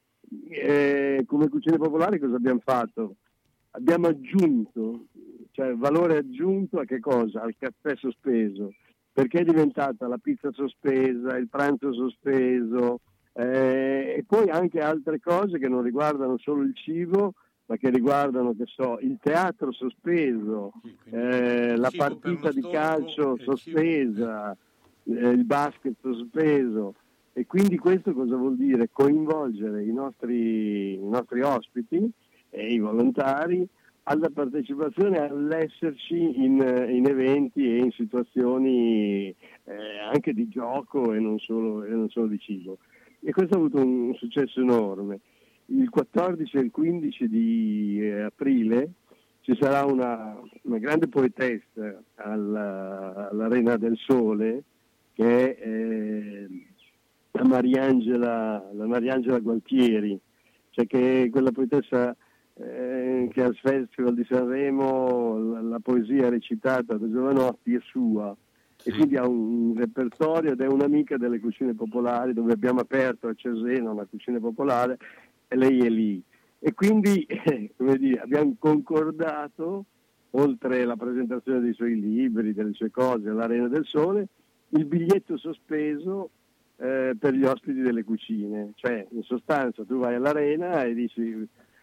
come cucine popolari cosa abbiamo fatto? Abbiamo aggiunto, cioè valore aggiunto a che cosa? Al caffè sospeso, perché è diventata la pizza sospesa, il pranzo sospeso, e poi anche altre cose che non riguardano solo il cibo, ma che riguardano, che so, il teatro sospeso, la partita di calcio sospesa, il basket sospeso. E quindi questo cosa vuol dire? Coinvolgere i nostri ospiti e i volontari alla partecipazione, all'esserci in eventi e in situazioni anche di gioco e non solo di cibo. E questo ha avuto un successo enorme. Il 14 e il 15 di aprile ci sarà una grande poetessa all'Arena del Sole, che è la Mariangela Gualtieri, cioè che è quella poetessa che al Festival di Sanremo la poesia recitata da Giovanotti è sua, e quindi ha un repertorio ed è un'amica delle cucine popolari, dove abbiamo aperto a Cesena una cucina popolare e lei è lì. E quindi abbiamo concordato, oltre la presentazione dei suoi libri, delle sue cose all'Arena del Sole, il biglietto sospeso per gli ospiti delle cucine. Cioè, in sostanza, tu vai all'Arena e dici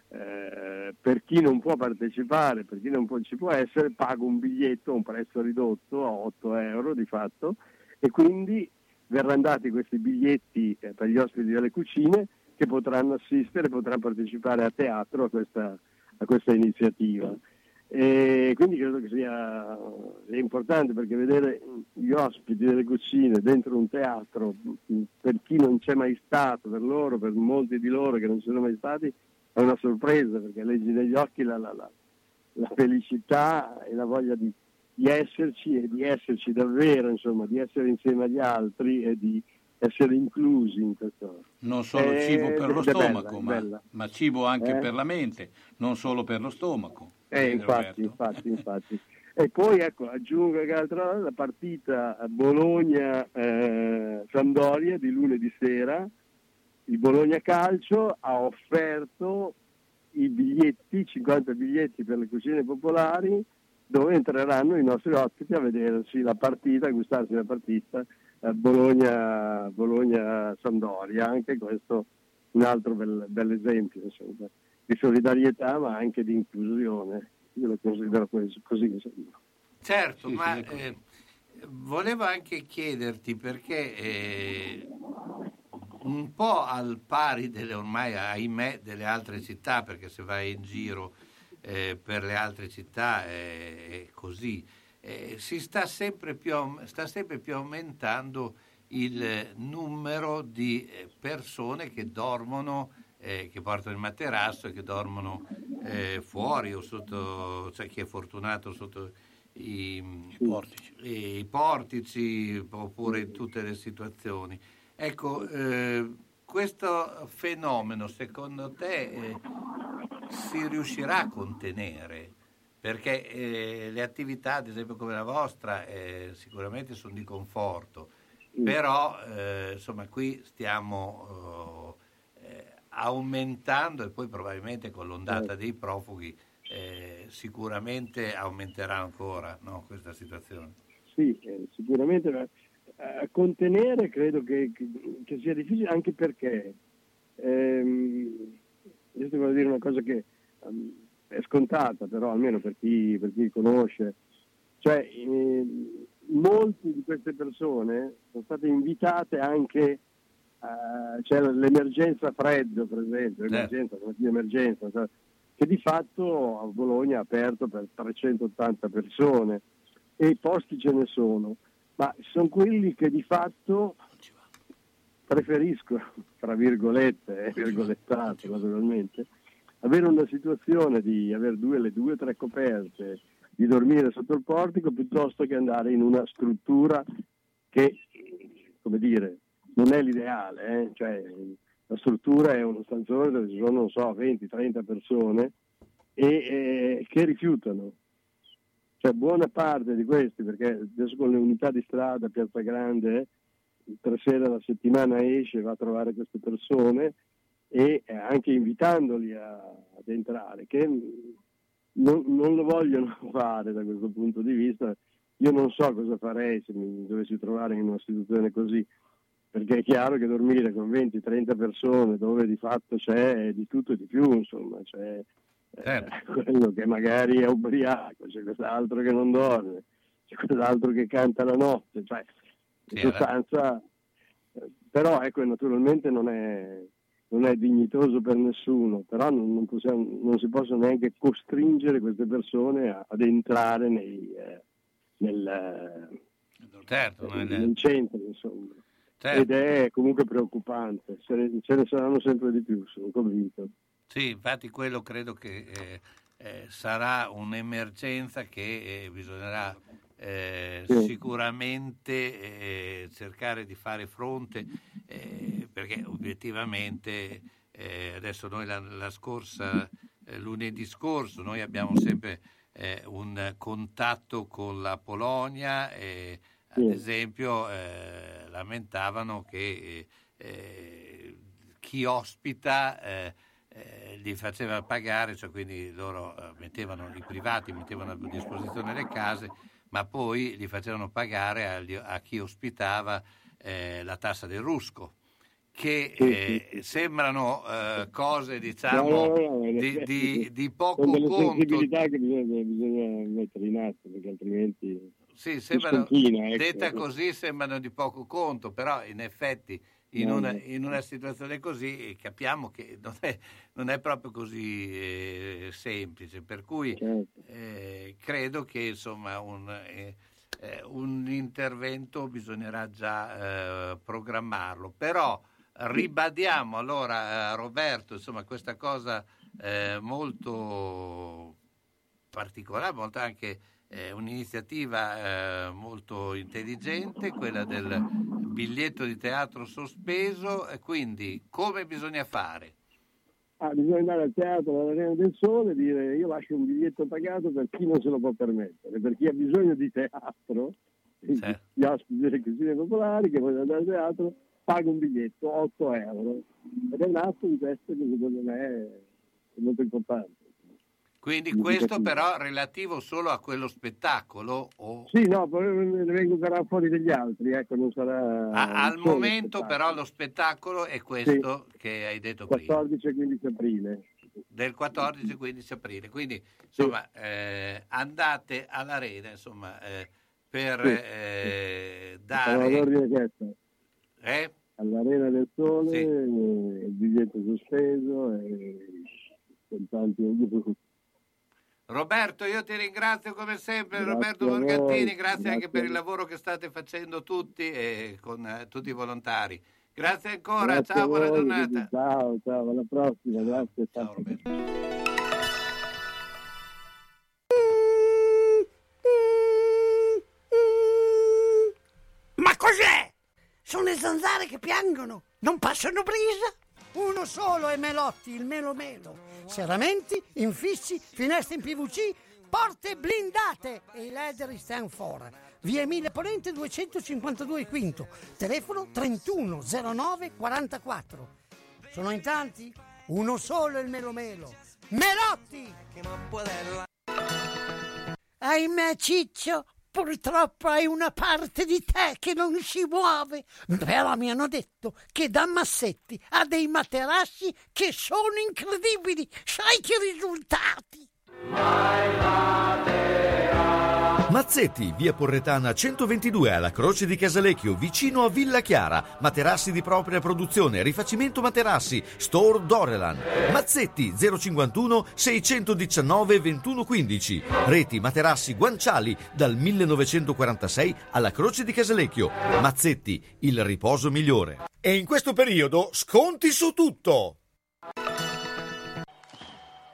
per chi non può partecipare, per chi non ci può essere, pago un biglietto a un prezzo ridotto a 8 euro di fatto, e quindi verranno dati questi biglietti per gli ospiti delle cucine, che potranno assistere, potranno partecipare a teatro a questa iniziativa. E quindi credo che sia importante, perché vedere gli ospiti delle cucine dentro un teatro, per chi non c'è mai stato, per molti di loro che non ci sono mai stati, è una sorpresa, perché leggi negli occhi la felicità e la voglia di esserci, e di esserci davvero, insomma, di essere insieme agli altri e di essere inclusi in questo. Non solo cibo per lo stomaco, bella. ma cibo anche per la mente, non solo per lo stomaco. Infatti. E poi aggiungo che la partita Bologna-Sampdoria di lunedì sera, il Bologna Calcio ha offerto i biglietti, 50 biglietti per le cucine popolari, dove entreranno i nostri ospiti a vedersi la partita, a gustarsi la partita Bologna-Sampdoria. Anche questo un altro bel esempio, insomma, di solidarietà, ma anche di inclusione. Io lo considero così, insomma. Certo, ma volevo anche chiederti, perché un po' al pari ormai, ahimè, delle altre città, perché se vai in giro per le altre città è così, sta sempre più aumentando il numero di persone che dormono, che portano il materasso e che dormono fuori o sotto, cioè chi è fortunato sotto i portici, oppure in tutte le situazioni. Ecco, questo fenomeno secondo te si riuscirà a contenere? Perché le attività, ad esempio come la vostra, sicuramente sono di conforto, però insomma qui stiamo aumentando, e poi probabilmente con l'ondata dei profughi sicuramente aumenterà ancora, no, questa situazione. Sì, sicuramente a contenere credo che sia difficile, anche perché io ti voglio dire una cosa che è scontata, però almeno per chi conosce, cioè molte di queste persone sono state invitate anche c'è l'emergenza freddo, per esempio, l'emergenza, che di fatto a Bologna ha aperto per 380 persone, e i posti ce ne sono, ma sono quelli che di fatto preferiscono, tra virgolette, virgolettate naturalmente, avere una situazione di avere le 2 o 3 coperte, di dormire sotto il portico, piuttosto che andare in una struttura che, come dire, non è l'ideale, cioè la struttura è uno stanzone dove ci sono, non so, 20-30 persone e che rifiutano. Cioè buona parte di questi, perché adesso con le unità di strada, Piazza Grande, 3 sere alla settimana esce, va a trovare queste persone e anche invitandoli ad entrare, che non lo vogliono fare da questo punto di vista. Io non so cosa farei se mi dovessi trovare in una situazione così, perché è chiaro che dormire con 20-30 persone dove di fatto c'è di tutto e di più, insomma, c'è quello che magari è ubriaco, c'è quest'altro che non dorme, c'è quell'altro che canta la notte, cioè in sostanza, però ecco, naturalmente non è dignitoso per nessuno, però non si possono neanche costringere queste persone ad entrare nel centro, insomma. Certo. Ed è comunque preoccupante, ce ne saranno sempre di più, sono convinto. Sì, infatti quello credo che sarà un'emergenza che bisognerà sicuramente cercare di fare fronte, perché obiettivamente adesso noi la scorsa lunedì scorso noi abbiamo sempre un contatto con la Polonia e ad esempio lamentavano che chi ospita li faceva pagare, cioè quindi loro i privati mettevano a disposizione le case, ma poi li facevano pagare a chi ospitava la tassa del rusco, che sembrano cose, diciamo, di poco conto. Sono delle sensibilità che bisogna mettere in atto, perché altrimenti sembrano, detta così, sembrano di poco conto, però in effetti in una situazione così capiamo che non è proprio così semplice, per cui credo che insomma un intervento bisognerà già programmarlo, però ribadiamo allora, Roberto, insomma, questa cosa molto particolare, molto anche un'iniziativa molto intelligente, quella del biglietto di teatro sospeso, e quindi come bisogna fare? Bisogna andare al teatro all'Arena del Sole e dire: io lascio un biglietto pagato per chi non se lo può permettere, per chi ha bisogno di teatro, gli ospiti delle cucine popolari che vogliono andare al teatro, paga un biglietto, 8 euro, ed è un atto di questo che secondo me è molto importante. Quindi questo però relativo solo a quello spettacolo? Sì, no, poi ne vengono fuori degli altri, ecco, non sarà... al momento però lo spettacolo è questo che hai detto 14 e 15 aprile. Del 14 e 15 aprile, quindi insomma andate all'Arena, insomma, per dare... All'Arena del Sole, il biglietto sospeso e con tanti... Roberto, io ti ringrazio come sempre, grazie Roberto Morgantini, grazie anche per il lavoro che state facendo tutti e con tutti i volontari. Grazie ancora, grazie, ciao, buona giornata. Ciao, alla prossima, grazie. Ciao Roberto. Ma cos'è? Sono le zanzare che piangono, non passano brisa? Uno solo è Melotti, il Melo Melo. Serramenti, infissi, finestre in PVC, porte blindate e i leder stand for. Via Emilia Ponente 252 Quinto, telefono 31 09 44. Sono in tanti? Uno solo è il Melo Melo. Melotti! Ahimè Ciccio, purtroppo hai una parte di te che non si muove, però mi hanno detto che da Massetti ha dei materassi che sono incredibili. Sai che risultati? Mazzetti, via Porretana 122 alla Croce di Casalecchio, vicino a Villa Chiara. Materassi di propria produzione, rifacimento materassi, store Dorelan. Mazzetti 051 619 2115. Reti materassi guanciali dal 1946 alla Croce di Casalecchio. Mazzetti, il riposo migliore. E in questo periodo sconti su tutto.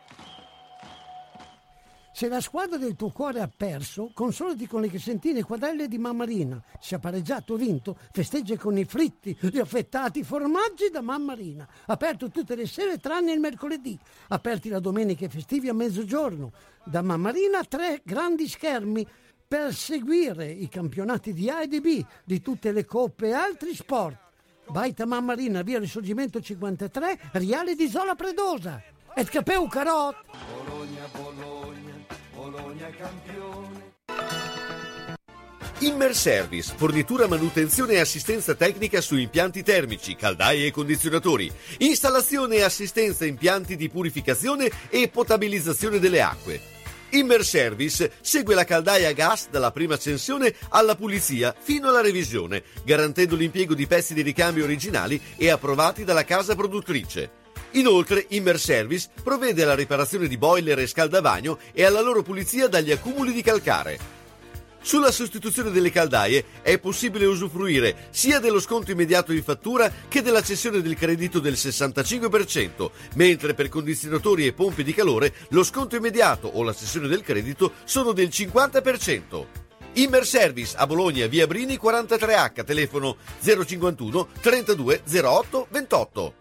Se la squadra del tuo cuore ha perso, consolati con le crescentine e quadrelle di Mammarina. Se ha pareggiato o vinto, festeggia con i fritti, gli affettati formaggi da Mammarina. Aperto tutte le sere tranne il mercoledì. Aperti la domenica e festivi a mezzogiorno. Da Mammarina 3 grandi schermi per seguire i campionati di A e di B, di tutte le coppe e altri sport. Baita Mammarina, via Risorgimento 53, Riale di Zola Predosa. Et capeu carot! Bologna, Bologna, Bologna campione. Immerservice, fornitura, manutenzione e assistenza tecnica su impianti termici, caldaie e condizionatori, installazione e assistenza impianti di purificazione e potabilizzazione delle acque. Immerservice segue la caldaia a gas dalla prima accensione alla pulizia fino alla revisione, garantendo l'impiego di pezzi di ricambio originali e approvati dalla casa produttrice. Inoltre, Immerservice provvede alla riparazione di boiler e scaldabagno e alla loro pulizia dagli accumuli di calcare. Sulla sostituzione delle caldaie è possibile usufruire sia dello sconto immediato in fattura che della cessione del credito del 65%, mentre per condizionatori e pompe di calore lo sconto immediato o la cessione del credito sono del 50%. Immerservice a Bologna, via Brini 43H, telefono 051 32 08 28.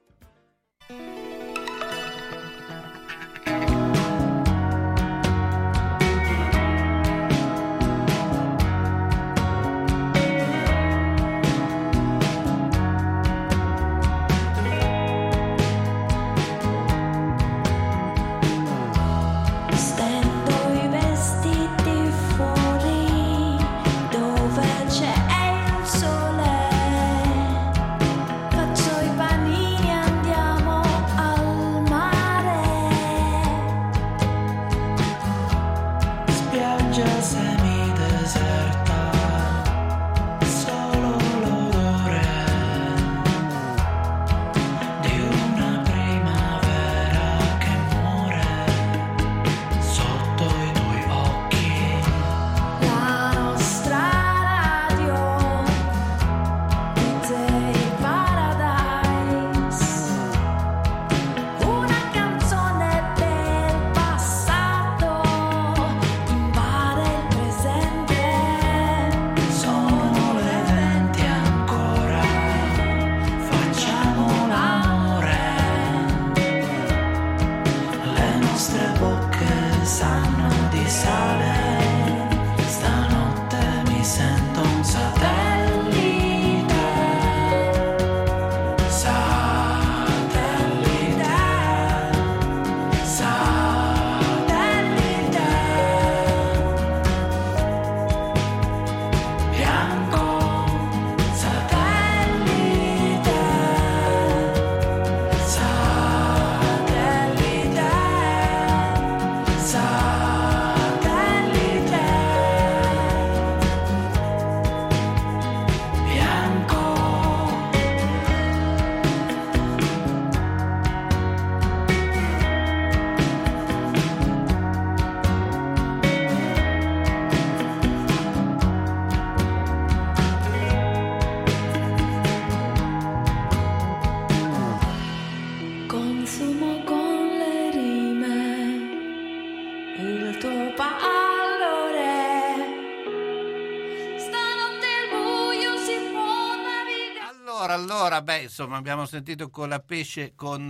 Allora, insomma, abbiamo sentito con la pesce con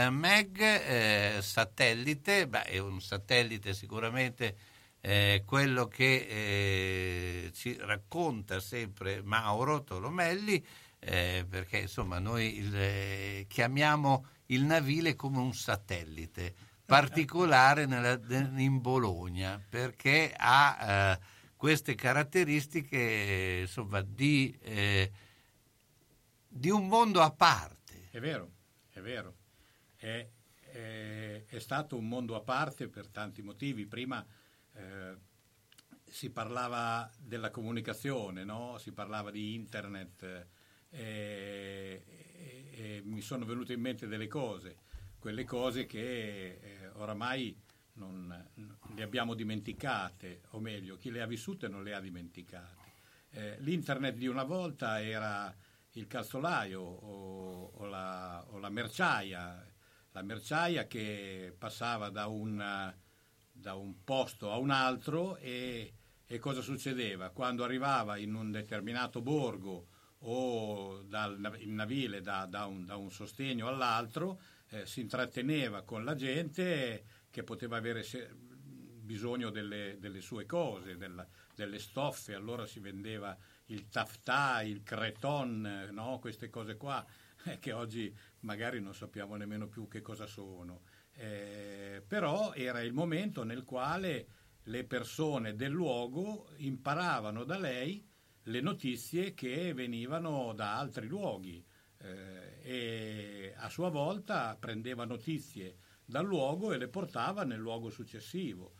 Meg, satellite, è un satellite sicuramente quello che ci racconta sempre Mauro Tolomelli, perché insomma noi chiamiamo il navile come un satellite particolare in Bologna, perché ha queste caratteristiche insomma di un mondo a parte. È vero, è vero. È stato un mondo a parte per tanti motivi. Prima si parlava della comunicazione, no? Si parlava di internet e mi sono venute in mente delle cose, quelle cose che oramai non le abbiamo dimenticate, o meglio, chi le ha vissute non le ha dimenticate. L'internet di una volta era il calzolaio o la merciaia che passava da da un posto a un altro e cosa succedeva? Quando arrivava in un determinato borgo o il navile da un sostegno all'altro, si intratteneva con la gente che poteva avere bisogno delle sue cose, delle stoffe, allora si vendeva il taffetà, il creton, no? Queste cose qua che oggi magari non sappiamo nemmeno più che cosa sono. Però era il momento nel quale le persone del luogo imparavano da lei le notizie che venivano da altri luoghi e a sua volta prendeva notizie dal luogo e le portava nel luogo successivo.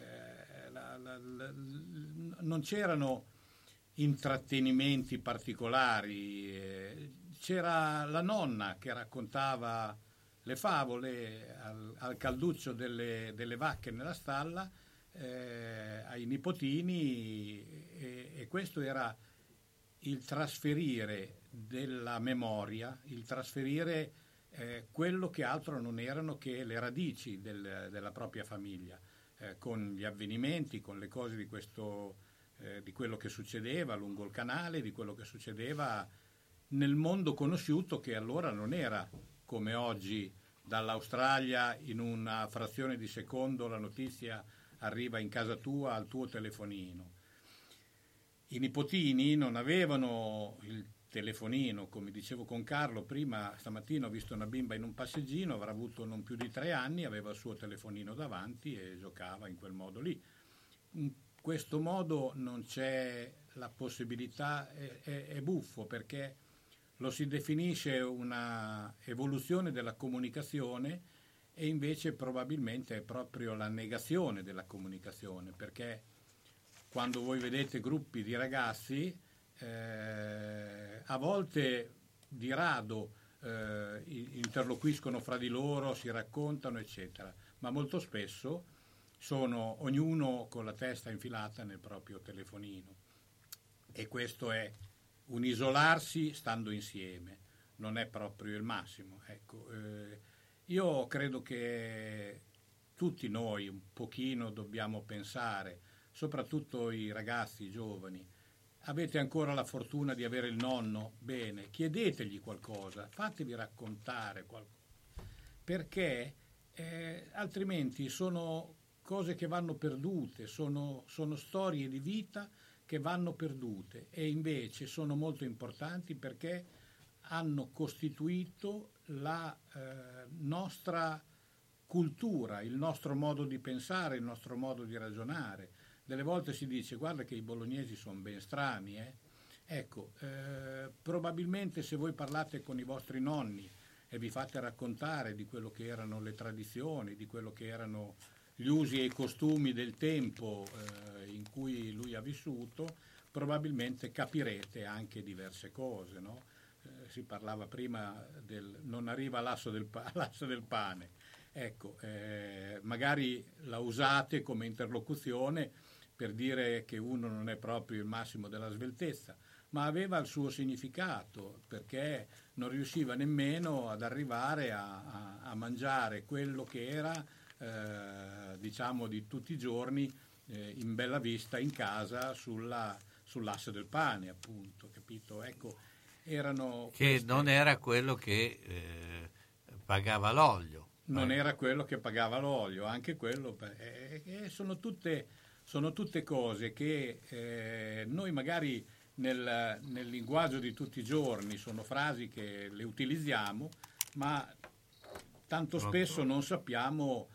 Non c'erano intrattenimenti particolari, c'era la nonna che raccontava le favole al calduccio delle vacche nella stalla ai nipotini e questo era il trasferire della memoria, il trasferire quello che altro non erano che le radici della propria famiglia, con gli avvenimenti, con le cose di quello che succedeva lungo il canale, di quello che succedeva nel mondo conosciuto, che allora non era come oggi dall'Australia in una frazione di secondo la notizia arriva in casa tua al tuo telefonino. I nipotini non avevano il telefonino, come dicevo con Carlo prima, stamattina ho visto una bimba in un passeggino, avrà avuto non più di 3 anni, aveva il suo telefonino davanti e giocava in quel modo lì. In questo modo non c'è la possibilità, è buffo perché lo si definisce una evoluzione della comunicazione e invece probabilmente è proprio la negazione della comunicazione, perché quando voi vedete gruppi di ragazzi a volte di rado interloquiscono fra di loro, si raccontano eccetera, ma molto spesso sono ognuno con la testa infilata nel proprio telefonino e questo è un isolarsi stando insieme, non è proprio il massimo. Ecco, io credo che tutti noi un pochino dobbiamo pensare, soprattutto i ragazzi, i giovani. Avete ancora la fortuna di avere il nonno? Bene, chiedetegli qualcosa, fatevi raccontare qualcosa, perché altrimenti sono cose che vanno perdute, sono storie di vita che vanno perdute e invece sono molto importanti perché hanno costituito la nostra cultura, il nostro modo di pensare, il nostro modo di ragionare. Delle volte si dice guarda che i bolognesi sono ben strani, Ecco, probabilmente se voi parlate con i vostri nonni e vi fate raccontare di quello che erano le tradizioni, di quello che erano gli usi e i costumi del tempo in cui lui ha vissuto, probabilmente capirete anche diverse cose, no? Si parlava prima del non arriva all'asso del pane. Ecco, magari la usate come interlocuzione per dire che uno non è proprio il massimo della sveltezza, ma aveva il suo significato, perché non riusciva nemmeno ad arrivare a mangiare quello che era, diciamo, di tutti i giorni in bella vista in casa sull'asse del pane, appunto, capito? Ecco, erano che queste... non era quello che pagava l'olio. Non era quello che pagava l'olio, anche quello. Sono tutte cose che noi magari nel linguaggio di tutti i giorni sono frasi che le utilizziamo, ma tanto spesso non sappiamo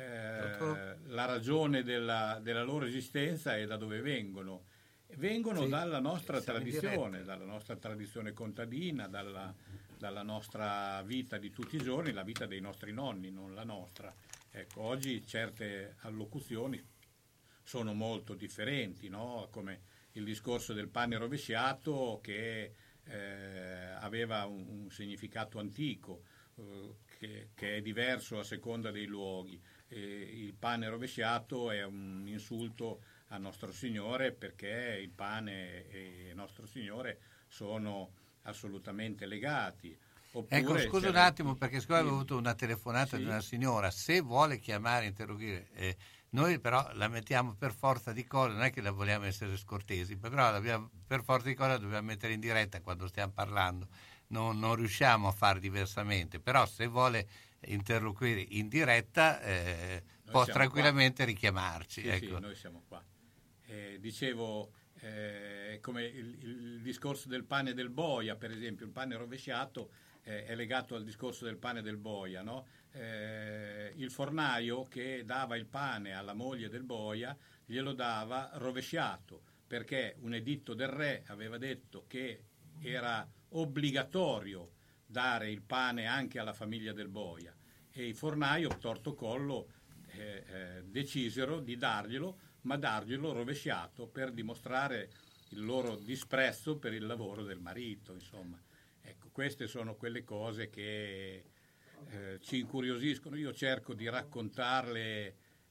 la ragione della loro esistenza e da dove vengono. Vengono sì, dalla nostra tradizione, dalla nostra tradizione contadina, dalla nostra vita di tutti i giorni, la vita dei nostri nonni, non la nostra. Ecco, oggi certe allocuzioni sono molto differenti, no? Come il discorso del pane rovesciato che aveva un significato antico, che è diverso a seconda dei luoghi. Il pane rovesciato è un insulto a Nostro Signore perché il pane e Nostro Signore sono assolutamente legati. Oppure ecco, scusa un attimo perché avevo avuto una telefonata di una signora, se vuole chiamare e interrogarmi Noi però la mettiamo per forza di cose, non è che la vogliamo essere scortesi, però per forza di cose la dobbiamo mettere in diretta quando stiamo parlando, non riusciamo a fare diversamente, però se vuole interloquire in diretta può tranquillamente richiamarci. Sì, ecco. sì, noi siamo qua. Dicevo, come il discorso del pane del boia, per esempio, il pane rovesciato è legato al discorso del pane del boia, no? Il fornaio che dava il pane alla moglie del boia glielo dava rovesciato, perché un editto del re aveva detto che era obbligatorio dare il pane anche alla famiglia del boia, e i fornai, torto collo, decisero di darglielo, ma darglielo rovesciato per dimostrare il loro disprezzo per il lavoro del marito, insomma. Ecco, queste sono quelle cose che ci incuriosiscono. Io cerco di raccontarle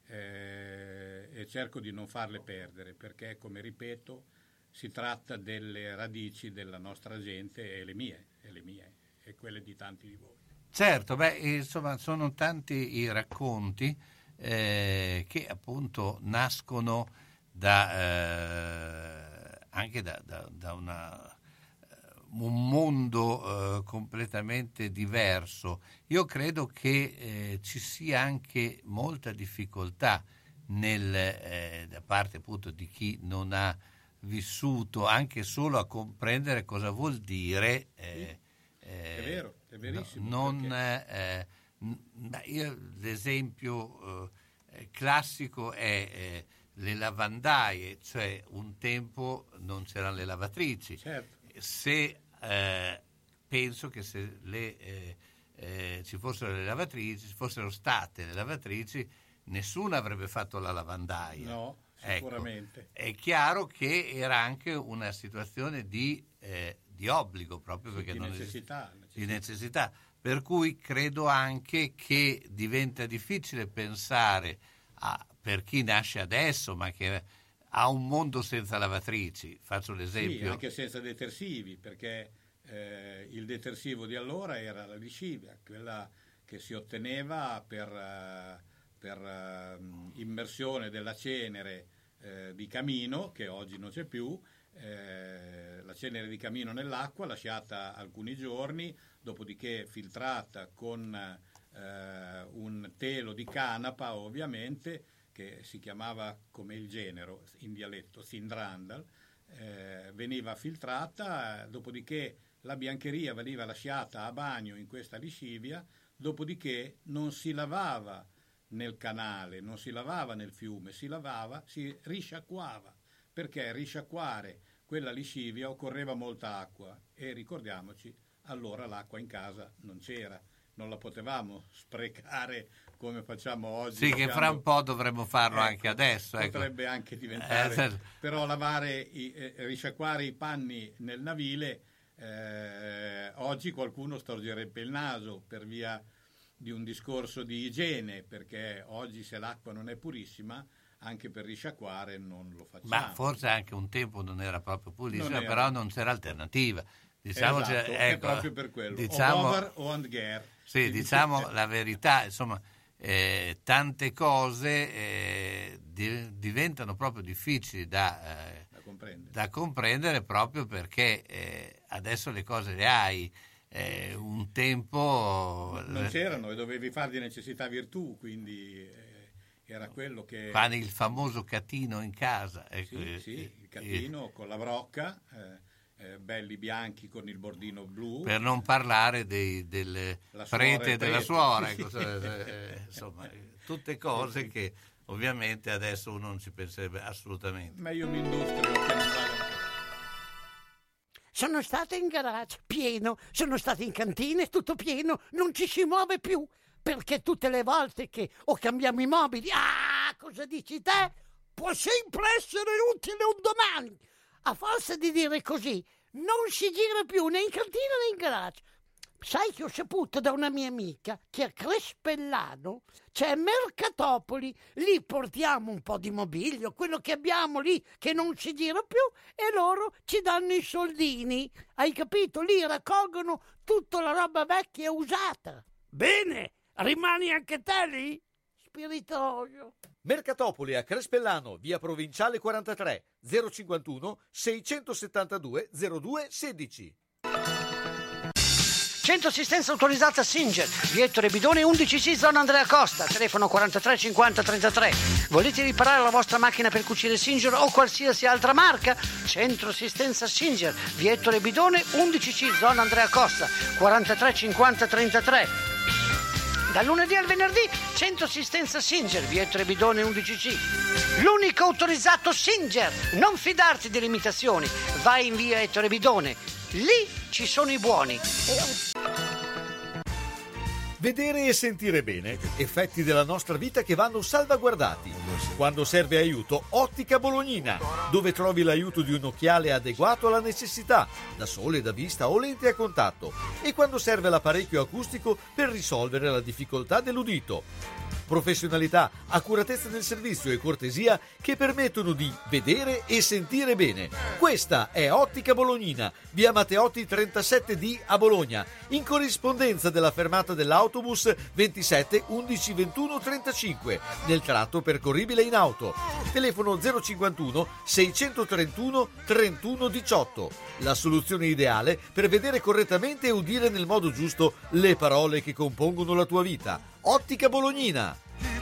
e cerco di non farle perdere, perché, come ripeto, si tratta delle radici della nostra gente, e le mie e quelle di tanti di voi. Certo, insomma, sono tanti i racconti che appunto nascono anche da un mondo completamente diverso. Io credo che ci sia anche molta difficoltà da parte appunto di chi non ha vissuto anche solo a comprendere cosa vuol dire. È vero, è verissimo. L'esempio classico è le lavandaie, cioè un tempo non c'erano le lavatrici. Certo. Penso che se ci fossero le lavatrici, fossero state le lavatrici, nessuno avrebbe fatto la lavandaia. No, sicuramente. Ecco, è chiaro che era anche una situazione di obbligo, proprio perché di non di necessità. Per cui credo anche che diventa difficile pensare per chi nasce adesso, ma che ha un mondo senza lavatrici. Faccio l'esempio. Sì, anche senza detersivi, perché il detersivo di allora era la liscivia, quella che si otteneva per immersione della cenere di camino, che oggi non c'è più, la cenere di camino nell'acqua, lasciata alcuni giorni, dopodiché filtrata con un telo di canapa, ovviamente, che si chiamava come il genero in dialetto Sindrandal, veniva filtrata, dopodiché la biancheria veniva lasciata a bagno in questa liscivia, dopodiché non si lavava nel canale, non si lavava nel fiume, si risciacquava, perché risciacquare quella liscivia occorreva molta acqua, e ricordiamoci, allora l'acqua in casa non c'era, non la potevamo sprecare come facciamo oggi. Sì, che fra un po' dovremmo farlo anche adesso. Potrebbe anche diventare, però risciacquare i panni nel navile, oggi qualcuno storgerebbe il naso per via di un discorso di igiene, perché oggi se l'acqua non è purissima, anche per risciacquare non lo facciamo. Ma forse anche un tempo non era proprio purissima, però non c'era alternativa. Esatto, è proprio per quello. O over o under. Sì, diciamo la verità, insomma, tante cose diventano proprio difficili da comprendere proprio perché adesso le cose le hai. Un tempo non c'erano e dovevi fare di necessità virtù, quindi era quello che fare il famoso catino in casa. Sì, il catino con la brocca, belli bianchi con il bordino blu, per non parlare del prete e della suora, insomma tutte cose che ovviamente adesso uno non ci penserebbe assolutamente. Ma io mi industrio. Sono stato in garage, pieno, sono stato in cantina, tutto pieno, non ci si muove più, perché tutte le volte che cambiamo i mobili, cosa dici te? Può sempre essere utile un domani. A forza di dire così, non si gira più né in cantina né in garage. Sai che ho saputo da una mia amica che a Crespellano c'è Mercatopoli, lì portiamo un po' di mobilio, quello che abbiamo lì che non si gira più, e loro ci danno i soldini, hai capito? Lì raccolgono tutta la roba vecchia e usata. Bene, rimani anche te lì? spiritoio. Mercatopoli a Crespellano, via Provinciale 43, 051 672 0216. Centro assistenza autorizzata Singer, via Ettore Bidone 11C, zona Andrea Costa, telefono 43 50 33. Volete riparare la vostra macchina per cucire Singer o qualsiasi altra marca? Centro assistenza Singer, via Ettore Bidone 11C, zona Andrea Costa, 43 50 33. Dal lunedì al venerdì, centro assistenza Singer, via Ettore Bidone 11C. L'unico autorizzato Singer. Non fidarti delle imitazioni. Vai in via Ettore Bidone. Lì ci sono i buoni. Vedere e sentire bene, effetti della nostra vita che vanno salvaguardati. Quando serve aiuto, Ottica Bolognina, dove trovi l'aiuto di un occhiale adeguato alla necessità, da sole, da vista o lenti a contatto, e quando serve l'apparecchio acustico per risolvere la difficoltà dell'udito. Professionalità, accuratezza del servizio e cortesia che permettono di vedere e sentire bene. Questa è Ottica Bolognina, via Matteotti 37D a Bologna, in corrispondenza della fermata dell'autobus 27 11 21 35, nel tratto percorribile in auto. Telefono 051 631 31 18. La soluzione ideale per vedere correttamente e udire nel modo giusto le parole che compongono la tua vita. Ottica Bolognina.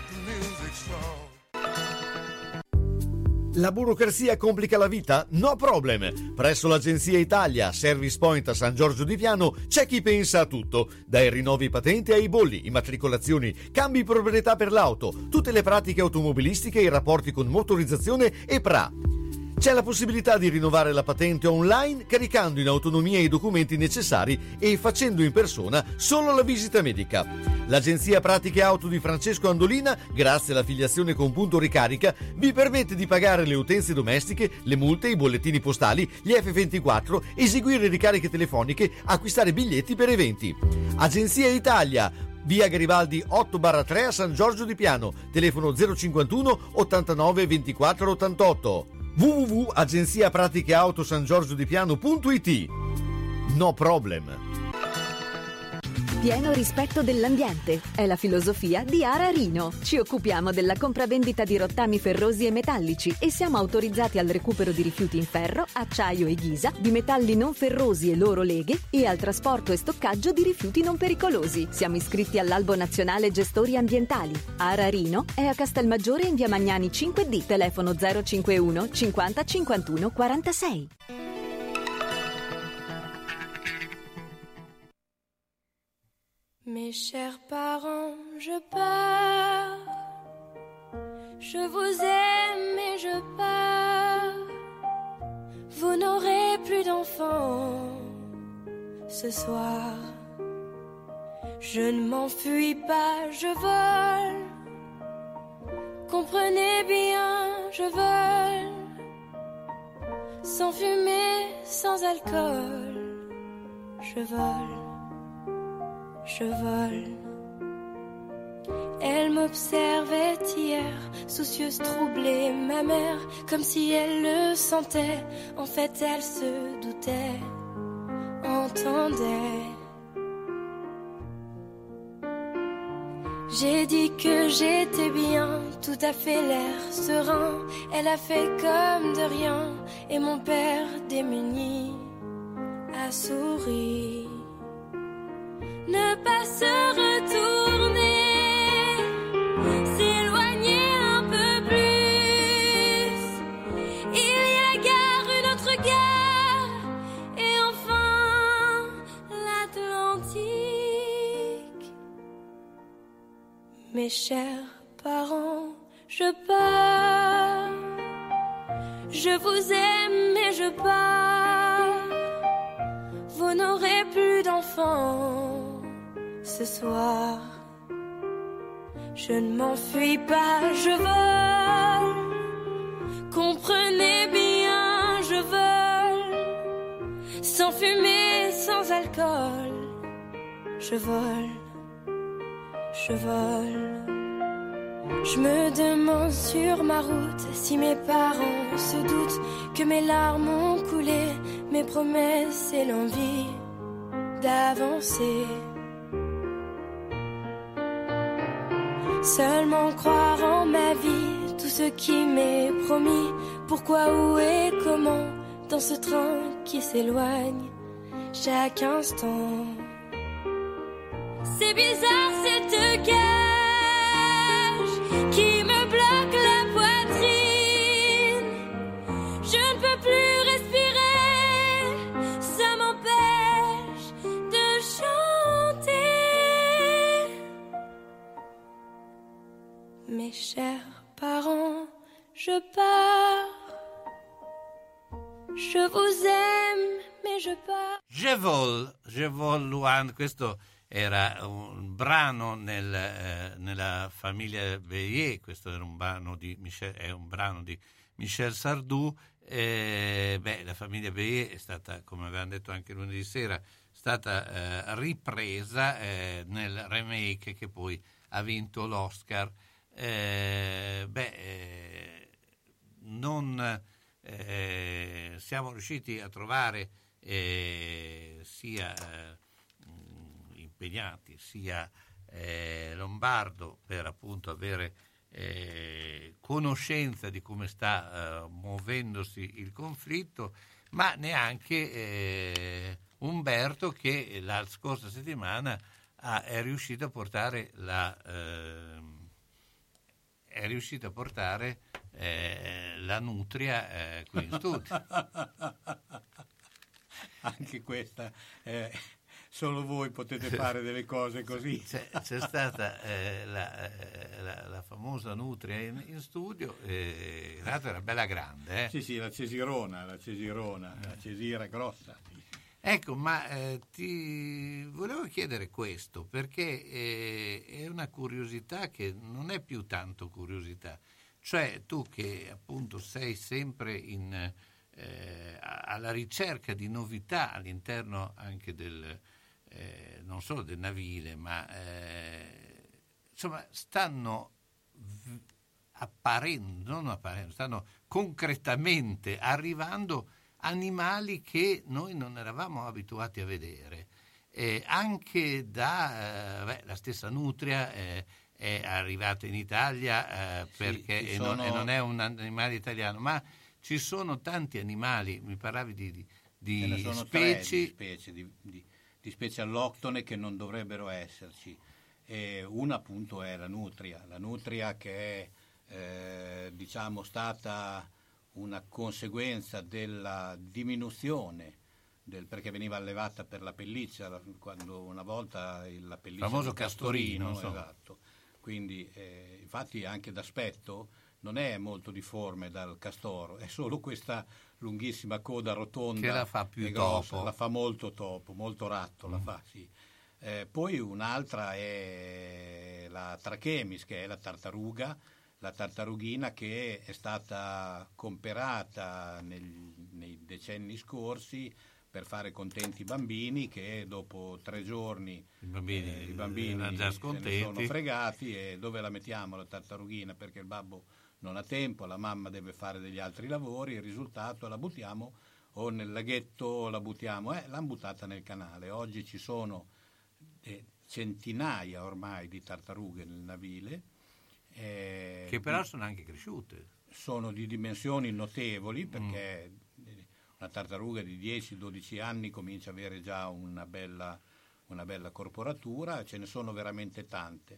La burocrazia complica la vita? No problem! Presso l'Agenzia Italia Service Point a San Giorgio di Piano c'è chi pensa a tutto, dai rinnovi patenti ai bolli, immatricolazioni, cambi proprietà per l'auto, tutte le pratiche automobilistiche e i rapporti con motorizzazione e PRA. C'è la possibilità di rinnovare la patente online caricando in autonomia i documenti necessari e facendo in persona solo la visita medica. L'Agenzia Pratiche Auto di Francesco Andolina, grazie all'affiliazione con Punto Ricarica, vi permette di pagare le utenze domestiche, le multe, i bollettini postali, gli F24, eseguire ricariche telefoniche, acquistare biglietti per eventi. Agenzia Italia, via Garibaldi 8/3 a San Giorgio di Piano, telefono 051 89 24 88. www.agenziapraticheautosangiorgiodipiano.it. No problem. Pieno rispetto dell'ambiente è la filosofia di Ara Rino. Ci occupiamo della compravendita di rottami ferrosi e metallici e siamo autorizzati al recupero di rifiuti in ferro, acciaio e ghisa, di metalli non ferrosi e loro leghe e al trasporto e stoccaggio di rifiuti non pericolosi. Siamo iscritti all'Albo Nazionale Gestori Ambientali. Ara Rino è a Castelmaggiore in via Magnani 5D, telefono 051 50 51 46. Mes chers parents, je pars. Je vous aime et je pars. Vous n'aurez plus d'enfants ce soir. Je ne m'enfuis pas, je vole. Comprenez bien, je vole. Sans fumée, sans alcool. Je vole. Je vole. Elle m'observait hier, soucieuse, troublée, ma mère, comme si elle le sentait. En fait, elle se doutait, entendait. J'ai dit que j'étais bien, tout à fait l'air serein. Elle a fait comme de rien, et mon père démuni a souri. Ne pas se retourner, s'éloigner un peu plus. Il y a gare, une autre gare, et enfin l'Atlantique. Mes chers parents, je pars. Je vous aime et je pars. Vous n'aurez plus d'enfants ce soir. Je ne m'enfuis pas, je vole. Comprenez bien, je vole. Sans fumée, sans alcool. Je vole, je vole. Je me demande sur ma route si mes parents se doutent que mes larmes ont coulé, mes promesses et l'envie d'avancer. Seulement croire en ma vie, tout ce qui m'est promis. Pourquoi, où et comment, dans ce train qui s'éloigne chaque instant. C'est bizarre cette cage qui me bloque la poitrine. Je ne peux plus respirer, ça m'empêche de chanter. Mes chers parents, je pars. Je vous aime, mais je pars. Je vol Luan, questo era un brano nella famiglia Veillé, questo era un brano di Michel Sardou. La famiglia Veillé è stata, come avevamo detto anche lunedì sera, stata ripresa nel remake che poi ha vinto l'Oscar. Siamo riusciti a trovare sia impegnati sia Lombardo per appunto avere conoscenza di come sta muovendosi il conflitto, ma neanche Umberto, che la scorsa settimana è riuscito a portare la nutria qui in studio. Anche questa, solo voi potete fare delle cose così. C'è stata la famosa nutria in studio, l'altra era bella grande. Sì, la cesirona, la cesira grossa. Ecco, ma ti volevo chiedere questo, perché è una curiosità che non è più tanto curiosità. Cioè, tu che appunto sei sempre alla ricerca di novità all'interno anche non solo del navile, ma insomma stanno stanno concretamente arrivando animali che noi non eravamo abituati a vedere. Anche la stessa nutria è arrivata in Italia perché e non è un animale italiano, ma ci sono tanti animali. Mi parlavi di specie di specie alloctone che non dovrebbero esserci. Una appunto è la nutria che è stata una conseguenza della diminuzione perché veniva allevata per la pelliccia, quando una volta la pelliccia famoso del castorino, esatto. Quindi infatti anche d'aspetto non è molto difforme dal castoro, è solo questa lunghissima coda rotonda che la fa più grossa, topo. la fa molto topo, molto ratto la fa, sì. Poi un'altra è la Trachemis, che è la tartarughina che è stata comperata nei decenni scorsi per fare contenti i bambini, che dopo 3 giorni i bambini già se ne sono fregati. E dove la mettiamo la tartarughina? Perché il babbo non ha tempo, la mamma deve fare degli altri lavori, il risultato la buttiamo o nel laghetto la buttiamo, l'hanno buttata nel canale. Oggi ci sono centinaia ormai di tartarughe nel navile, che però sono anche cresciute. Sono di dimensioni notevoli, perché una tartaruga di 10-12 anni comincia a avere già una bella corporatura. Ce ne sono veramente tante.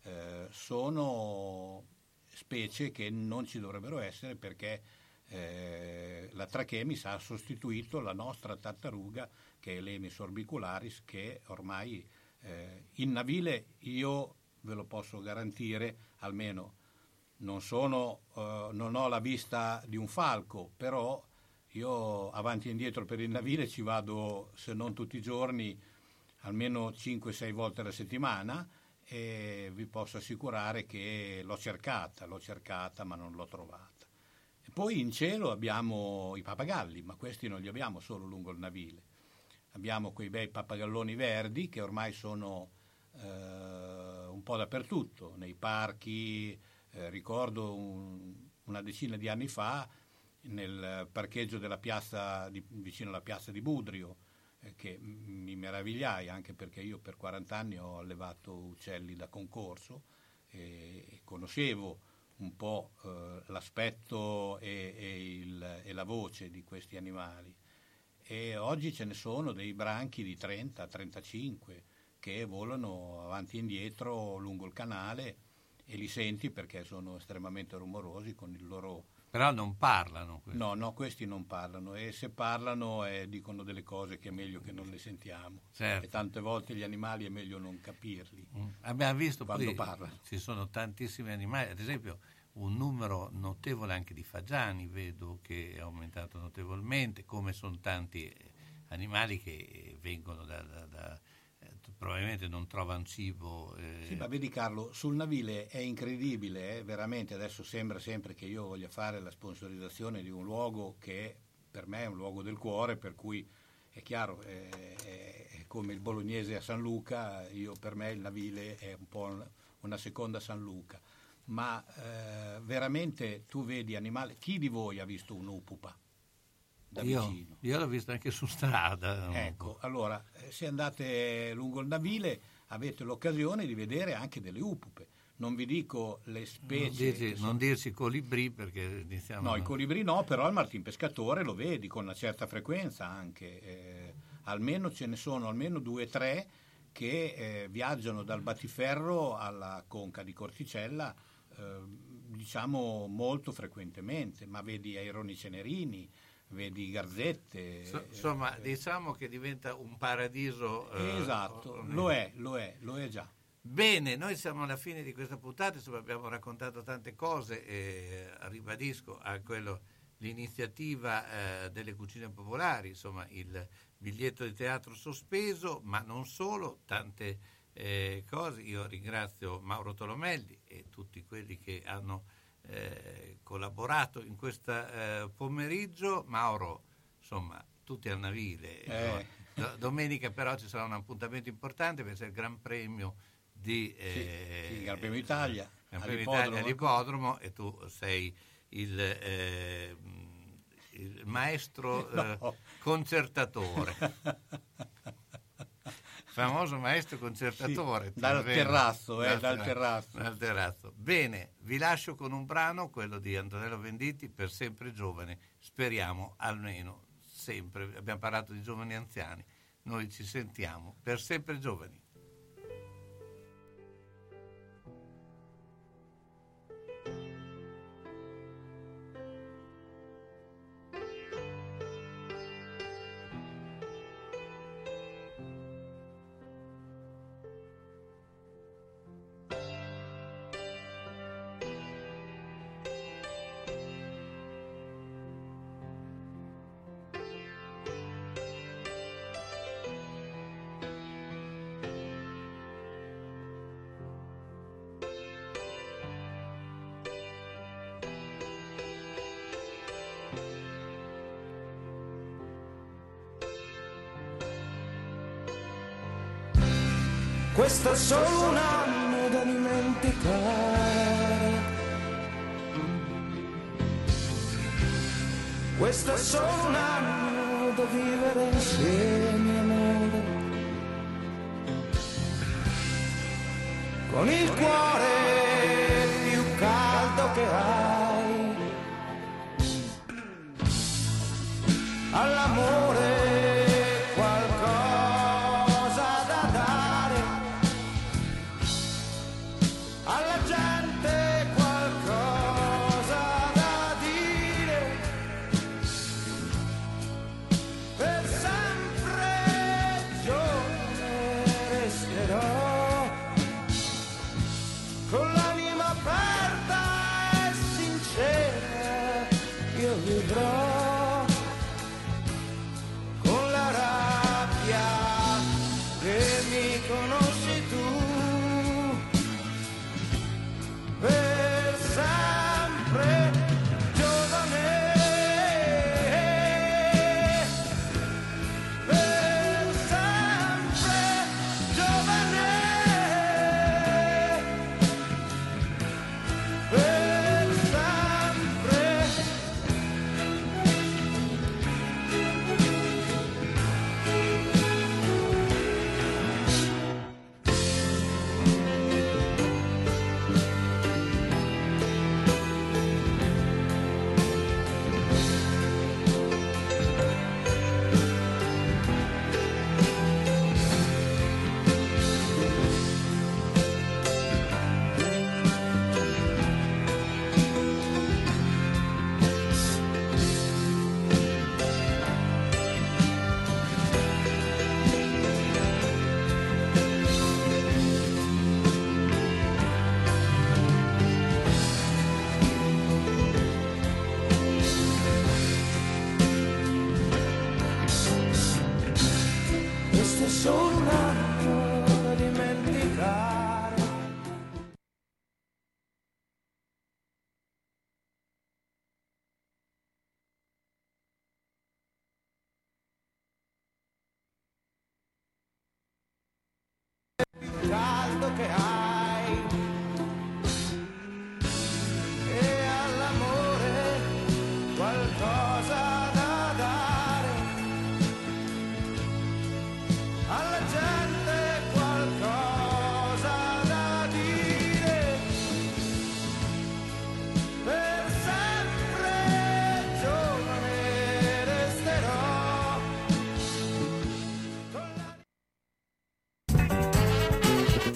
Sono specie che non ci dovrebbero essere, perché la Trachemis ha sostituito la nostra tartaruga, che è l'Emis orbicularis, che ormai in navile, io ve lo posso garantire, almeno non ho la vista di un falco, però io avanti e indietro per il navile ci vado, se non tutti i giorni, almeno 5-6 volte alla settimana, e vi posso assicurare che l'ho cercata, ma non l'ho trovata. E poi in cielo abbiamo i pappagalli, ma questi non li abbiamo solo lungo il navile. Abbiamo quei bei pappagalloni verdi che ormai sono un po' dappertutto, nei parchi. Ricordo una decina di anni fa nel parcheggio della piazza vicino alla piazza di Budrio, che mi meravigliai, anche perché io per 40 anni ho allevato uccelli da concorso conoscevo un po' l'aspetto e la voce di questi animali, e oggi ce ne sono dei branchi di 30-35 che volano avanti e indietro lungo il canale, e li senti perché sono estremamente rumorosi con il loro... Però non parlano questi. No, questi non parlano, e se parlano dicono delle cose che è meglio che non le sentiamo. Certo. E tante volte gli animali è meglio non capirli. Abbiamo visto quando poi parlano. Ci sono tantissimi animali, ad esempio un numero notevole anche di fagiani, vedo che è aumentato notevolmente, come sono tanti animali che vengono da probabilmente non trovano cibo. Sì, ma vedi Carlo, sul navile è incredibile, veramente. Adesso sembra sempre che io voglia fare la sponsorizzazione di un luogo che per me è un luogo del cuore, per cui è chiaro, è come il bolognese a San Luca, per me il navile è un po' una seconda San Luca. Ma veramente tu vedi animali. Chi di voi ha visto un'upupa da vicino? Io l'ho visto anche su strada. Ecco, allora se andate lungo il navile avete l'occasione di vedere anche delle upupe. Non vi dico le specie. Non dirci colibrì, perché iniziamo. No, i colibrì no, però il martin pescatore lo vedi con una certa frequenza anche. Almeno ce ne sono almeno 2 o 3 che viaggiano dal battiferro alla conca di Corticella, diciamo molto frequentemente, ma vedi aironi cenerini, vedi garzette. Insomma, diciamo che diventa un paradiso. Esatto, lo è già. Bene, noi siamo alla fine di questa puntata, insomma, abbiamo raccontato tante cose e ribadisco l'iniziativa delle cucine popolari, insomma il biglietto di teatro sospeso, ma non solo, tante cose. Io ringrazio Mauro Tolomelli e tutti quelli che hanno collaborato in questo pomeriggio. Mauro, insomma, tutti al navile. Domenica però ci sarà un appuntamento importante, perché c'è il Gran Premio di il Gran Premio Italia, all'ippodromo, e tu sei il maestro concertatore. Famoso maestro concertatore. Sì, dal terrazzo. Bene, vi lascio con un brano, quello di Antonello Venditti, Per sempre giovane. Speriamo almeno sempre. Abbiamo parlato di giovani anziani, noi ci sentiamo per sempre giovani. Questo è solo un anno da dimenticare. Questo è solo un anno da vivere insieme, amore. Con il cuore più caldo che hai. All'amore con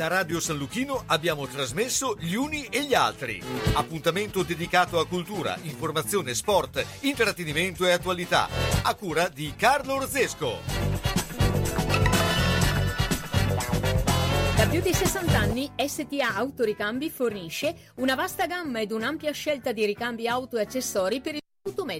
a Radio San Luchino abbiamo trasmesso Gli Uni e gli Altri. Appuntamento dedicato a cultura, informazione, sport, intrattenimento e attualità. A cura di Carlo Orzesco. Da più di 60 anni STA Autoricambi fornisce una vasta gamma ed un'ampia scelta di ricambi auto e accessori per il